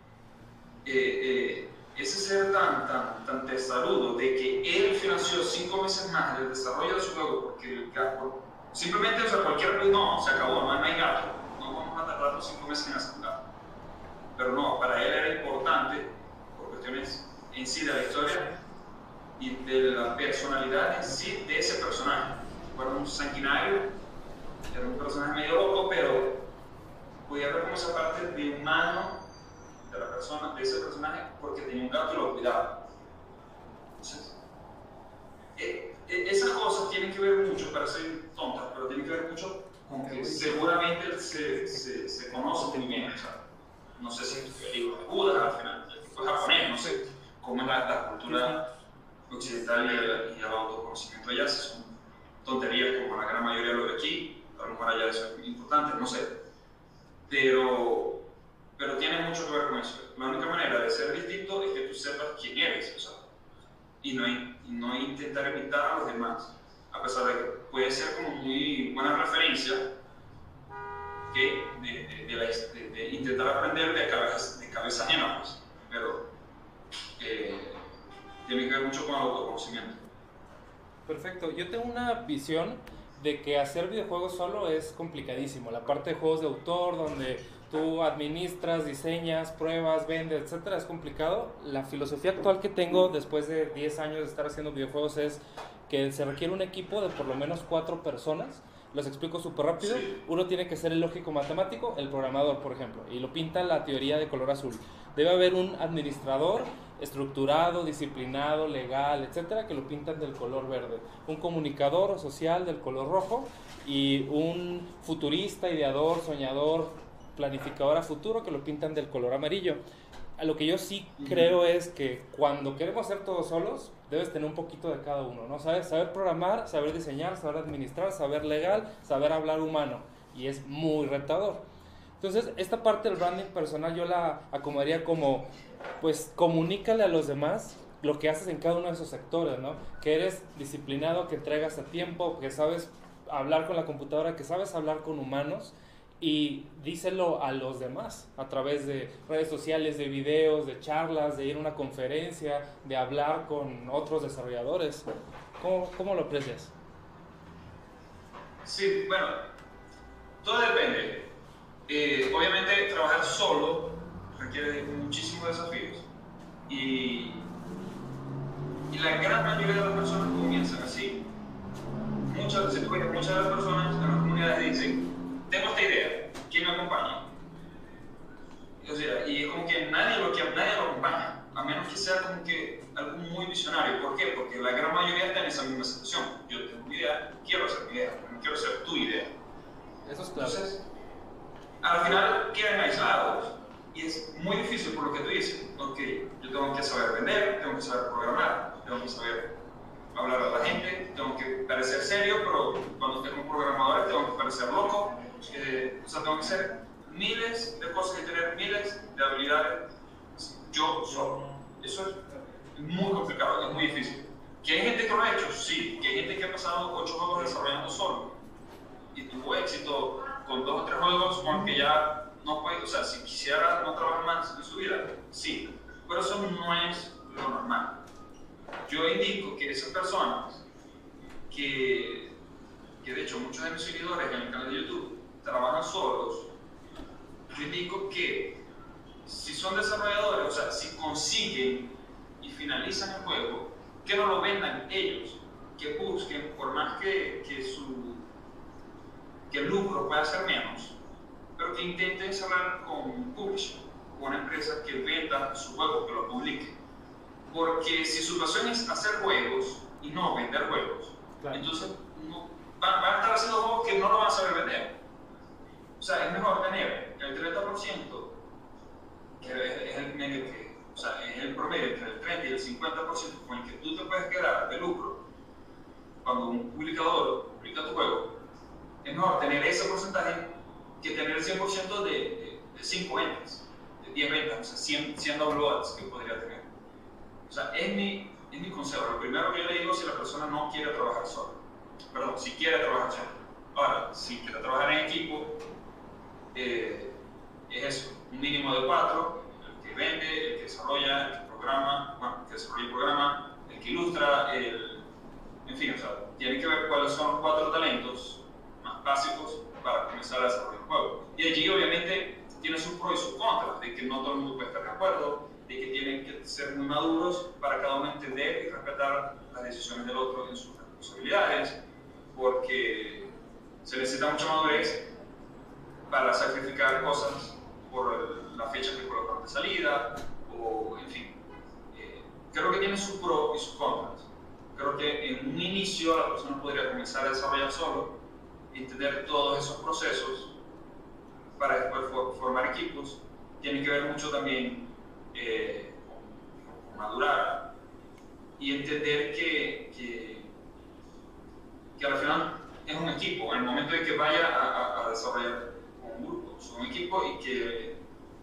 eh, eh, ese ser tan, tan, tan testarudo de que él financió cinco meses más el desarrollo de su juego, porque el gato, simplemente, o sea, cualquier, no, se acabó, no, no hay gato, no vamos a tardar los cinco meses en hacer un gato. Pero no, para él era importante, por cuestiones en sí de la historia y de la personalidad en sí de ese personaje. Era un sanguinario, era un personaje medio loco, pero podía ver como esa parte de humano de la persona, de ese personaje, porque tenía un gato y lo cuidaba. Entonces, eh, eh, esas cosas tienen que ver mucho, parecen tontas, pero tienen que ver mucho con que seguramente se, se, se conoce muy bien. O sea, no sé si es el libro de Buda, al final, el tipo es japonés, no sé cómo es la, la cultura occidental y el, y el autoconocimiento allá, si son tonterías como la gran mayoría de lo de aquí, a lo mejor allá eso es importante, no sé. Pero, pero tiene mucho que ver con eso. La única manera de ser distinto es que tú sepas quién eres, o sea, y no, y no intentar imitar a los demás, a pesar de que puede ser como muy buena referencia que de, de, de, la, de, de intentar aprender de cabeza, de cabeza ajena, pues, pero eh, tiene que ver mucho con el autoconocimiento.
Perfecto, yo tengo una visión de que hacer videojuegos solo es complicadísimo. La parte de juegos de autor, donde tú administras, diseñas, pruebas, vendes, etcétera, es complicado. La filosofía actual que tengo después de diez años de estar haciendo videojuegos es que se requiere un equipo de por lo menos cuatro personas, los explico súper rápido.
Sí.
Uno tiene que ser el lógico matemático, el programador, por ejemplo, y lo pinta la teoría de color azul. Debe haber un administrador estructurado, disciplinado, legal, etcétera, que lo pintan del color verde. Un comunicador o social del color rojo y un futurista, ideador, soñador, planificador a futuro que lo pintan del color amarillo. A lo que yo sí creo es que cuando queremos hacer todo solos, debes tener un poquito de cada uno, ¿no? Saber, saber programar, saber diseñar, saber administrar, saber legal, saber hablar humano. Y es muy retador. Entonces, esta parte del branding personal yo la acomodaría como, pues, comunícale a los demás lo que haces en cada uno de esos sectores, ¿no? Que eres disciplinado, que entregas a tiempo, que sabes hablar con la computadora, que sabes hablar con humanos, y díselo a los demás a través de redes sociales, de videos, de charlas, de ir a una conferencia, de hablar con otros desarrolladores. ¿Cómo, cómo lo aprecias?
Sí, bueno, todo depende. Eh, obviamente trabajar solo requiere de muchísimos desafíos y, y la gran mayoría de las personas comienzan así. Muchas veces, muchas de las personas en las comunidades dicen: tengo esta idea, ¿quién me acompaña? O sea, y es como que nadie lo, que nadie lo acompaña, a menos que sea como que algo muy visionario. ¿Por qué? Porque la gran mayoría está en esa misma situación. Yo tengo una idea, quiero hacer mi idea, no quiero ser tu idea.
Eso es claro.
Entonces, al final quedan aislados y es muy difícil por lo que tú dices. Ok, yo tengo que saber vender, tengo que saber programar, tengo que saber hablar a la gente, tengo que parecer serio, pero cuando estoy como programador tengo que parecer loco. Eh, o sea, tengo que hacer miles de cosas y tener miles de habilidades yo solo. Eso es muy complicado, es muy difícil. ¿Que hay gente que lo ha hecho? Sí. ¿Que hay gente que ha pasado ocho juegos desarrollando solo y tuvo éxito con dos o tres juegos con los que ya no puede, o sea, si quisiera no trabajar más en su vida? Sí. Pero eso no es lo normal. Yo indico que esas personas que, que de hecho muchos de mis seguidores en el canal de YouTube trabajan solos, yo indico que si son desarrolladores, o sea, si consiguen y finalizan el juego, que no lo vendan ellos, que busquen, por más que, que, su, que el lucro pueda ser menos, pero que intenten cerrar con un publisher, con una empresa que venda su juego, que lo publique. Porque si su pasión es hacer juegos y no vender juegos, claro, entonces no, van, van a estar haciendo juegos que no lo van a saber vender. O sea, es mejor tener el treinta por ciento, que es el, medio que, o sea, es el promedio entre el treinta y el cincuenta por ciento con el que tú te puedes quedar de lucro cuando un publicador publica tu juego. Es mejor tener ese porcentaje que tener el cien por ciento de, de, de cinco ventas, de diez ventas, o sea, cien, cien downloads que podría tener. O sea, es mi, es mi consejo. Lo primero que yo le digo es si la persona no quiere trabajar sola. Perdón, si quiere trabajar sola. Ahora, si quiere trabajar en equipo, eh, es eso, un mínimo de cuatro: el que vende, el que desarrolla, el que programa, bueno, el que desarrolla el programa, el que ilustra, el... en fin, o sea, tienen que ver cuáles son los cuatro talentos más básicos para comenzar a desarrollar el juego. Y allí, obviamente, tiene sus pros y sus contras, de que no todo el mundo puede estar de acuerdo, de que tienen que ser muy maduros para cada uno entender y respetar las decisiones del otro en sus responsabilidades, porque se necesita mucha madurez para sacrificar cosas por la fecha que colocaron de salida, o en fin. Eh, creo que tiene sus pros y sus contras. Creo que en un inicio la persona podría comenzar a desarrollar solo, entender todos esos procesos para después for formar equipos. Tiene que ver mucho también eh, con madurar y entender que, que, que al final es un equipo. En el momento de que vaya a, a, a desarrollar con un grupo, es un equipo, y que,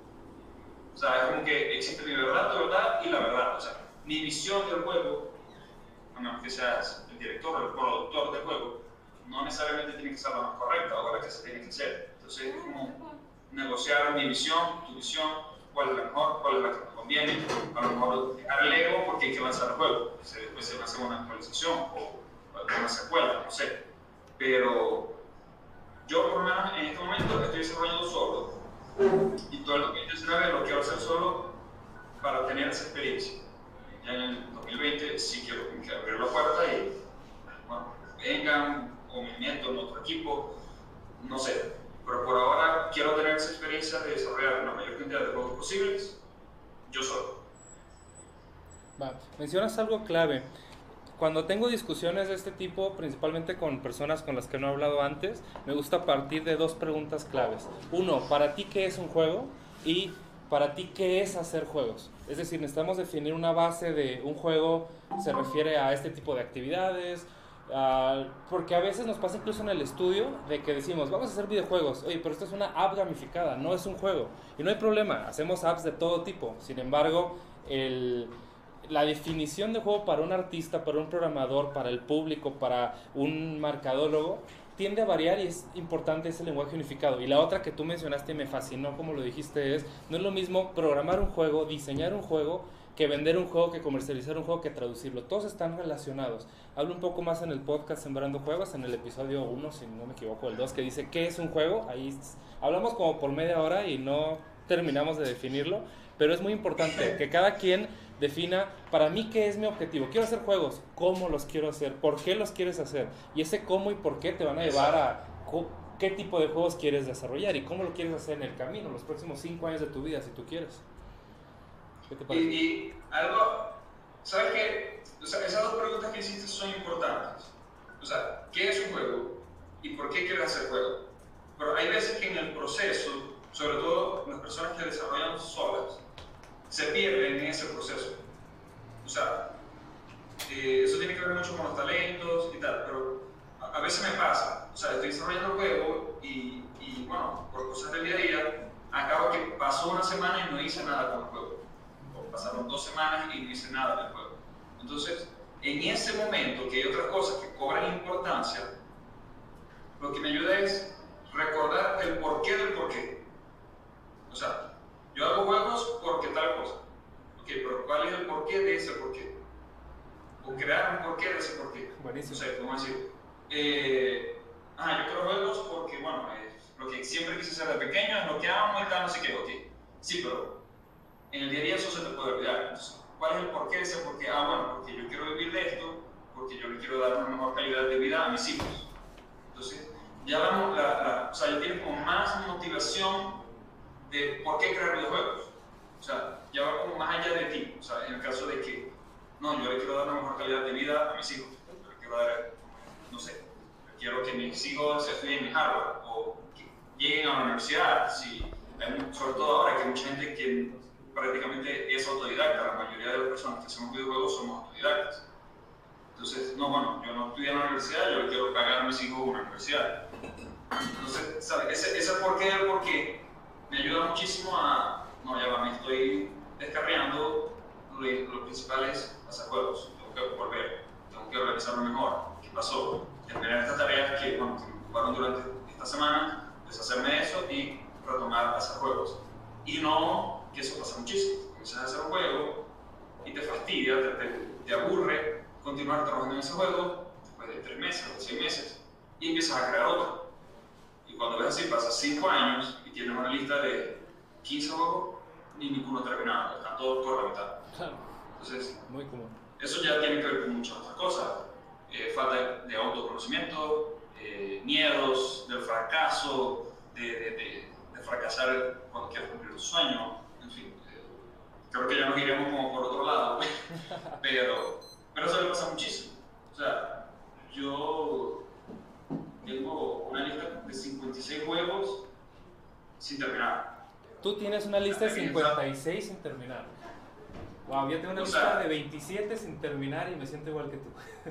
o sea, es como que existe mi verdad, tu verdad y la verdad. O sea, mi visión del juego, a menos que seas el director o el productor del juego, no necesariamente tiene que ser la más correcta o la que se tiene que hacer. Entonces es como negociar mi visión, tu visión, cuál es la mejor, cuál es la que me conviene. A lo mejor dejar el ego porque hay que avanzar el juego, si después se va a hacer una actualización o una secuela, no sé. Pero yo por lo menos en este momento estoy desarrollando solo, y todo lo que diecinueve lo quiero hacer solo para tener esa experiencia. Ya en el dos mil veinte sí quiero, quiero abrir la puerta y, bueno, vengan o me meto en otro equipo, no sé. Pero por ahora quiero tener esa experiencia de desarrollar la mayor cantidad de juegos posibles yo solo.
Va, mencionas algo clave. Cuando tengo discusiones de este tipo, principalmente con personas con las que no he hablado antes, me gusta partir de dos preguntas claves. Uno, ¿para ti qué es un juego? Y ¿para ti qué es hacer juegos? Es decir, necesitamos definir una base de un juego, se refiere a este tipo de actividades, uh, porque a veces nos pasa incluso en el estudio de que decimos, vamos a hacer videojuegos, oye, pero esto es una app gamificada, no es un juego. Y no hay problema, hacemos apps de todo tipo. Sin embargo, el... la definición de juego para un artista, para un programador, para el público, para un mercadólogo, tiende a variar y es importante ese lenguaje unificado. Y la otra que tú mencionaste y me fascinó como lo dijiste es, no es lo mismo programar un juego, diseñar un juego, que vender un juego, que comercializar un juego, que traducirlo. Todos están relacionados. Hablo un poco más en el podcast Sembrando Juegos, en el episodio uno, si no me equivoco, el dos, que dice ¿qué es un juego? Ahí hablamos como por media hora y no terminamos de definirlo, pero es muy importante que cada quien defina, para mí, qué es mi objetivo. Quiero hacer juegos, ¿cómo los quiero hacer? ¿Por qué los quieres hacer? Y ese cómo y por qué te van a llevar a qué tipo de juegos quieres desarrollar y cómo lo quieres hacer en el camino, los próximos cinco años de tu vida, si tú quieres. ¿Qué te parece?
Y, y algo, ¿sabes qué? O sea, esas dos preguntas que hiciste son importantes. O sea, ¿qué es un juego? ¿Y por qué quieres hacer juego? Pero hay veces que en el proceso, sobre todo las personas que desarrollan solas, se pierden en ese proceso. O sea, eh, eso tiene que ver mucho con los talentos y tal, pero a, a veces me pasa. O sea, estoy desarrollando el juego y, y, bueno, por cosas del día a día, acabo que pasó una semana y no hice nada con el juego. O pasaron dos semanas y no hice nada del juego. Entonces, en ese momento, que hay otras cosas que cobran importancia, lo que me ayuda es recordar el porqué del porqué. O sea, yo hago juegos porque tal cosa. Ok, pero ¿cuál es el porqué de ese porqué? O crear un porqué de ese porqué.
Buenísimo.
O sea, ¿cómo decir? Eh, ah, yo quiero juegos porque, bueno, es lo que siempre quise hacer de pequeño, es lo que amo y tal, no sé qué, ok. Sí, pero en el día a día eso se te puede olvidar. Entonces, ¿cuál es el porqué de ese porqué? Ah, bueno, porque yo quiero vivir de esto, porque yo le quiero dar una mejor calidad de vida a mis hijos. Entonces, ya la, la, la, o sea, ya tienes como más motivación de por qué crear videojuegos. O sea, ya va como más allá de ti. O sea, en el caso de que, no, yo le quiero dar una mejor calidad de vida a mis hijos. Yo le quiero dar, no sé, quiero que mis hijos estudien en Harvard o que lleguen a la universidad. Sí, hay, sobre todo ahora que hay mucha gente que prácticamente es autodidacta. La mayoría de las personas que hacemos videojuegos somos autodidactas. Entonces, no, bueno, yo no estudié en la universidad, yo le quiero pagar a mis hijos una universidad. Entonces, ¿sabes? Ese, ese por qué, el por qué me ayuda muchísimo a, no, ya va, me estoy descarriando, lo, lo principal es hacer juegos, tengo que volver, tengo que organizarlo mejor, ¿qué pasó? Terminar estas tareas que, bueno, que me ocuparon durante esta semana, deshacerme de eso y retomar a hacer juegos. Y no, que eso pasa muchísimo, comienzas a hacer un juego y te fastidia, te, te, te aburre continuar trabajando en ese juego después de tres meses o seis meses y empiezas a crear otro. Y cuando ves así, pasas cinco años y tienes una lista de quince juegos y ninguno terminado, están todos por la mitad.
Claro.
Entonces,
muy común.
Eso ya tiene que ver con muchas otras cosas. Eh, falta de, de autoconocimiento, eh, miedos del fracaso, de, de, de, de fracasar cuando quieres cumplir tu sueño, en fin. Eh, creo que ya nos iremos como por otro lado, pero, pero eso le pasa muchísimo. O sea, yo tengo una lista de cincuenta y seis juegos sin terminar.
Tú tienes una lista de cincuenta y seis sin terminar. Wow, yo tengo una
o
lista
sea,
de veintisiete sin terminar y me siento igual que tú.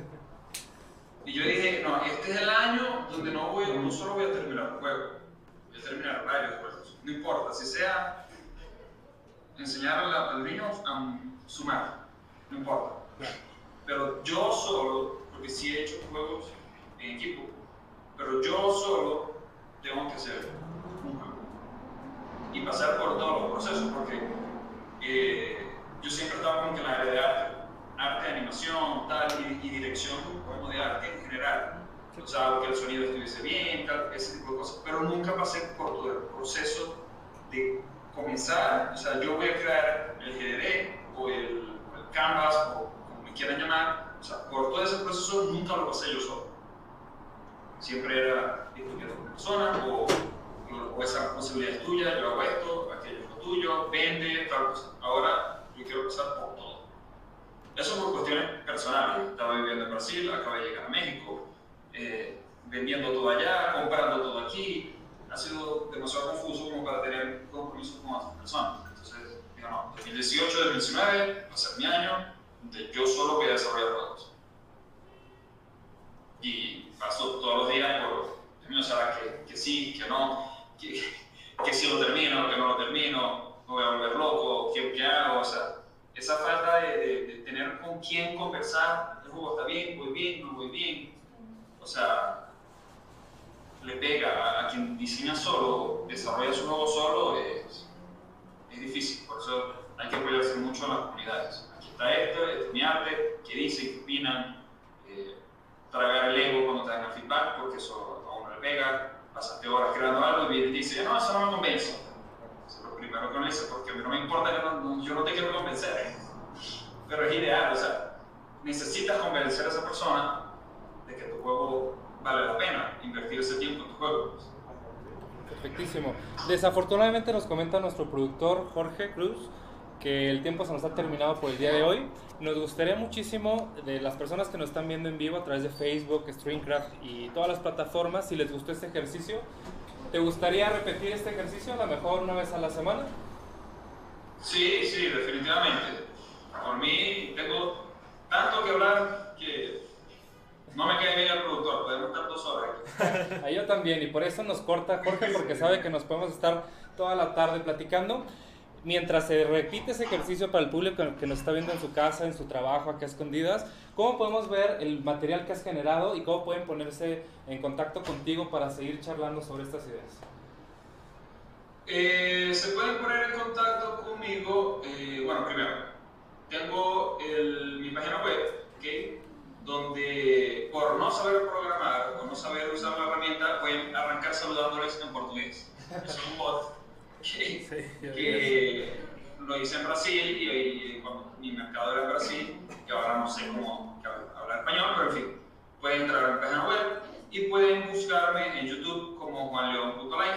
Y yo dije, no, este es el año donde no, voy, no solo voy a terminar un juego, voy a terminar varios juegos. No importa, si sea enseñar a los niños a sumar, no importa.
Claro.
Pero yo solo, porque sí he hecho juegos en equipo, pero yo solo tengo que hacer un juego y pasar por todos los procesos, porque eh, yo siempre estaba como que en la área de arte, arte, animación, tal, y, y dirección como de arte en general. O sea, que el sonido estuviese bien, tal, ese tipo de cosas, pero nunca pasé por todo el proceso de comenzar. O sea, yo voy a crear el G D D o el, el Canvas o como me quieran llamar. O sea, por todo ese proceso nunca lo pasé yo solo. Siempre era discutir con personas o, o esa responsabilidad es tuya, yo hago esto, aquello es lo tuyo, vende, tal cosa. Ahora yo quiero pasar por todo. Eso por cuestiones personales. Estaba viviendo en Brasil, acabo de llegar a México, eh, vendiendo todo allá, comprando todo aquí. Ha sido demasiado confuso como para tener compromisos con otras personas. Entonces, digo, no, dos mil dieciocho, dos mil diecinueve va a ser mi año de yo solo voy a desarrollar juegos. Y paso todos los días por, o sea, que, que sí, que no, que, que sí lo termino, que no lo termino, me voy a volver loco, ¿qué, qué hago? O sea, esa falta de, de, de tener con quién conversar, el juego está bien, voy bien, no voy bien, o sea, le pega a, a quien diseña solo, desarrolla su juego solo, es, es difícil, por eso hay que apoyarse mucho en las comunidades. Aquí está esto, este es mi arte, qué dicen, qué opinan, eh, tragar el ego cuando te dan el feedback, porque eso a uno le pega, pasaste horas creando algo y viene y dice, no, eso no me convence. Eso es lo primero que uno dice, porque a mí no me importa, que no, yo no te quiero convencer, pero es ideal, o sea, necesitas convencer a esa persona de que tu juego vale la pena, invertir ese tiempo en tu juego.
Perfectísimo. Desafortunadamente nos comenta nuestro productor Jorge Cruz que el tiempo se nos ha terminado por el día de hoy. Nos gustaría muchísimo de las personas que nos están viendo en vivo a través de Facebook, Streamcraft y todas las plataformas, si les gustó este ejercicio, ¿te gustaría repetir este ejercicio a lo mejor una vez a la semana?
Sí, sí, definitivamente. Por mí tengo tanto que hablar que no me quede bien el productor, podemos estar dos horas aquí.
A yo también, y por eso nos corta Jorge, porque sabe que nos podemos estar toda la tarde platicando. Mientras se repite ese ejercicio para el público que nos está viendo en su casa, en su trabajo, acá a escondidas, ¿cómo podemos ver el material que has generado y cómo pueden ponerse en contacto contigo para seguir charlando sobre estas ideas?
Eh, se pueden poner en contacto conmigo, eh, bueno, primero, tengo el, mi página web, ¿okay? Donde por no saber programar o no saber usar la herramienta, pueden arrancar saludándoles en portugués. Es un bot que,
Sí,
que lo hice en Brasil y, y cuando mi mercado era en Brasil, y ahora no sé cómo hablar español, pero en fin, pueden entrar a mi página web y pueden buscarme en YouTube como juan león punto live.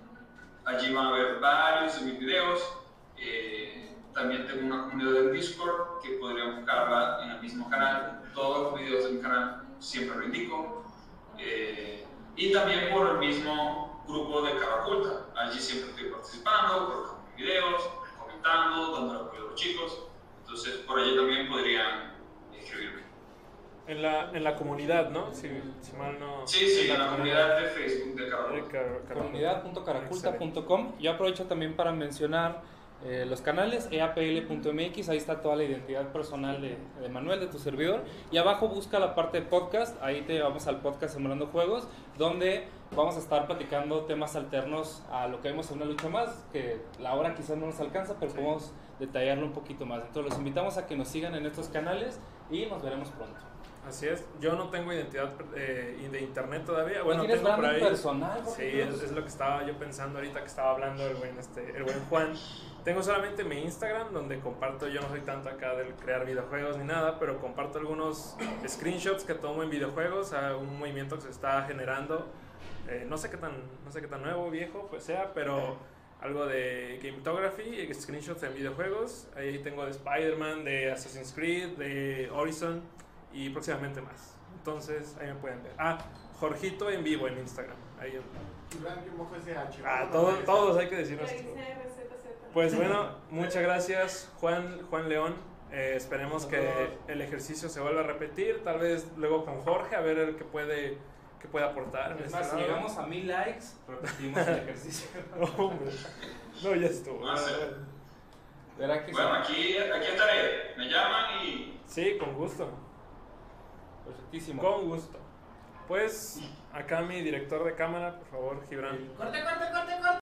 Allí van a ver varios de mis videos. Eh, también tengo una comunidad en Discord que podrían buscarla en el mismo canal. Todos los videos de mi canal siempre lo indico. Eh, y también por el mismo grupo de Cara Oculta. Allí siempre estoy participando, colocando videos, comentando, dando el apoyo a los chicos. Entonces, por allí también podrían escribirme.
En la, en la comunidad, ¿no? Si, si mal no...
Sí, sí, en la comunidad de Facebook de Cara
de
Oculta.
Car- Car-
comunidad punto caraculta punto com. Yo aprovecho también para mencionar eh, los canales e a p l punto m x, ahí está toda la identidad personal de, de Manuel, de tu servidor, y abajo busca la parte de podcast, ahí te vamos al podcast Sembrando Juegos, donde vamos a estar platicando temas alternos a lo que vemos en Una Lucha Más, que la hora quizás no nos alcanza, pero podemos detallarlo un poquito más. Entonces los invitamos a que nos sigan en estos canales y nos veremos pronto.
Así es, yo no tengo identidad eh, de internet todavía. Bueno,
¿No tienes
tengo por
branding
ahí.
personal?
Sí, es, es lo que estaba yo pensando ahorita que estaba hablando el buen, este, el buen Juan. Tengo solamente mi Instagram donde comparto, yo no soy tanto acá del crear videojuegos ni nada, pero comparto algunos screenshots que tomo en videojuegos, a un movimiento que se está generando. Eh, no sé qué tan, no sé qué tan nuevo, viejo, pues sea, pero algo de Gametography, screenshots en videojuegos. Ahí tengo de Spider-Man, de Assassin's Creed, de Horizon y próximamente más. Entonces, ahí me pueden ver. Ah, Jorgito en vivo en Instagram. Ahí en... Ah, todos, todos hay que decirnos esto. Pues bueno, muchas gracias Juan, Juan León. Eh, esperemos que el ejercicio se vuelva a repetir, tal vez luego con Jorge, a ver el que puede, que puede aportar. En
Es
este
más, si
lado.
llegamos a mil likes, repetimos el ejercicio.
No, hombre. No, ya estuvo.
No sé.
¿Verá que
Bueno,
sí?
aquí, aquí estaré. Me llaman y...
Sí, con gusto.
Perfectísimo.
Con gusto. Pues acá mi director de cámara, por favor, Gibran.
Corte, corte, corte, corte.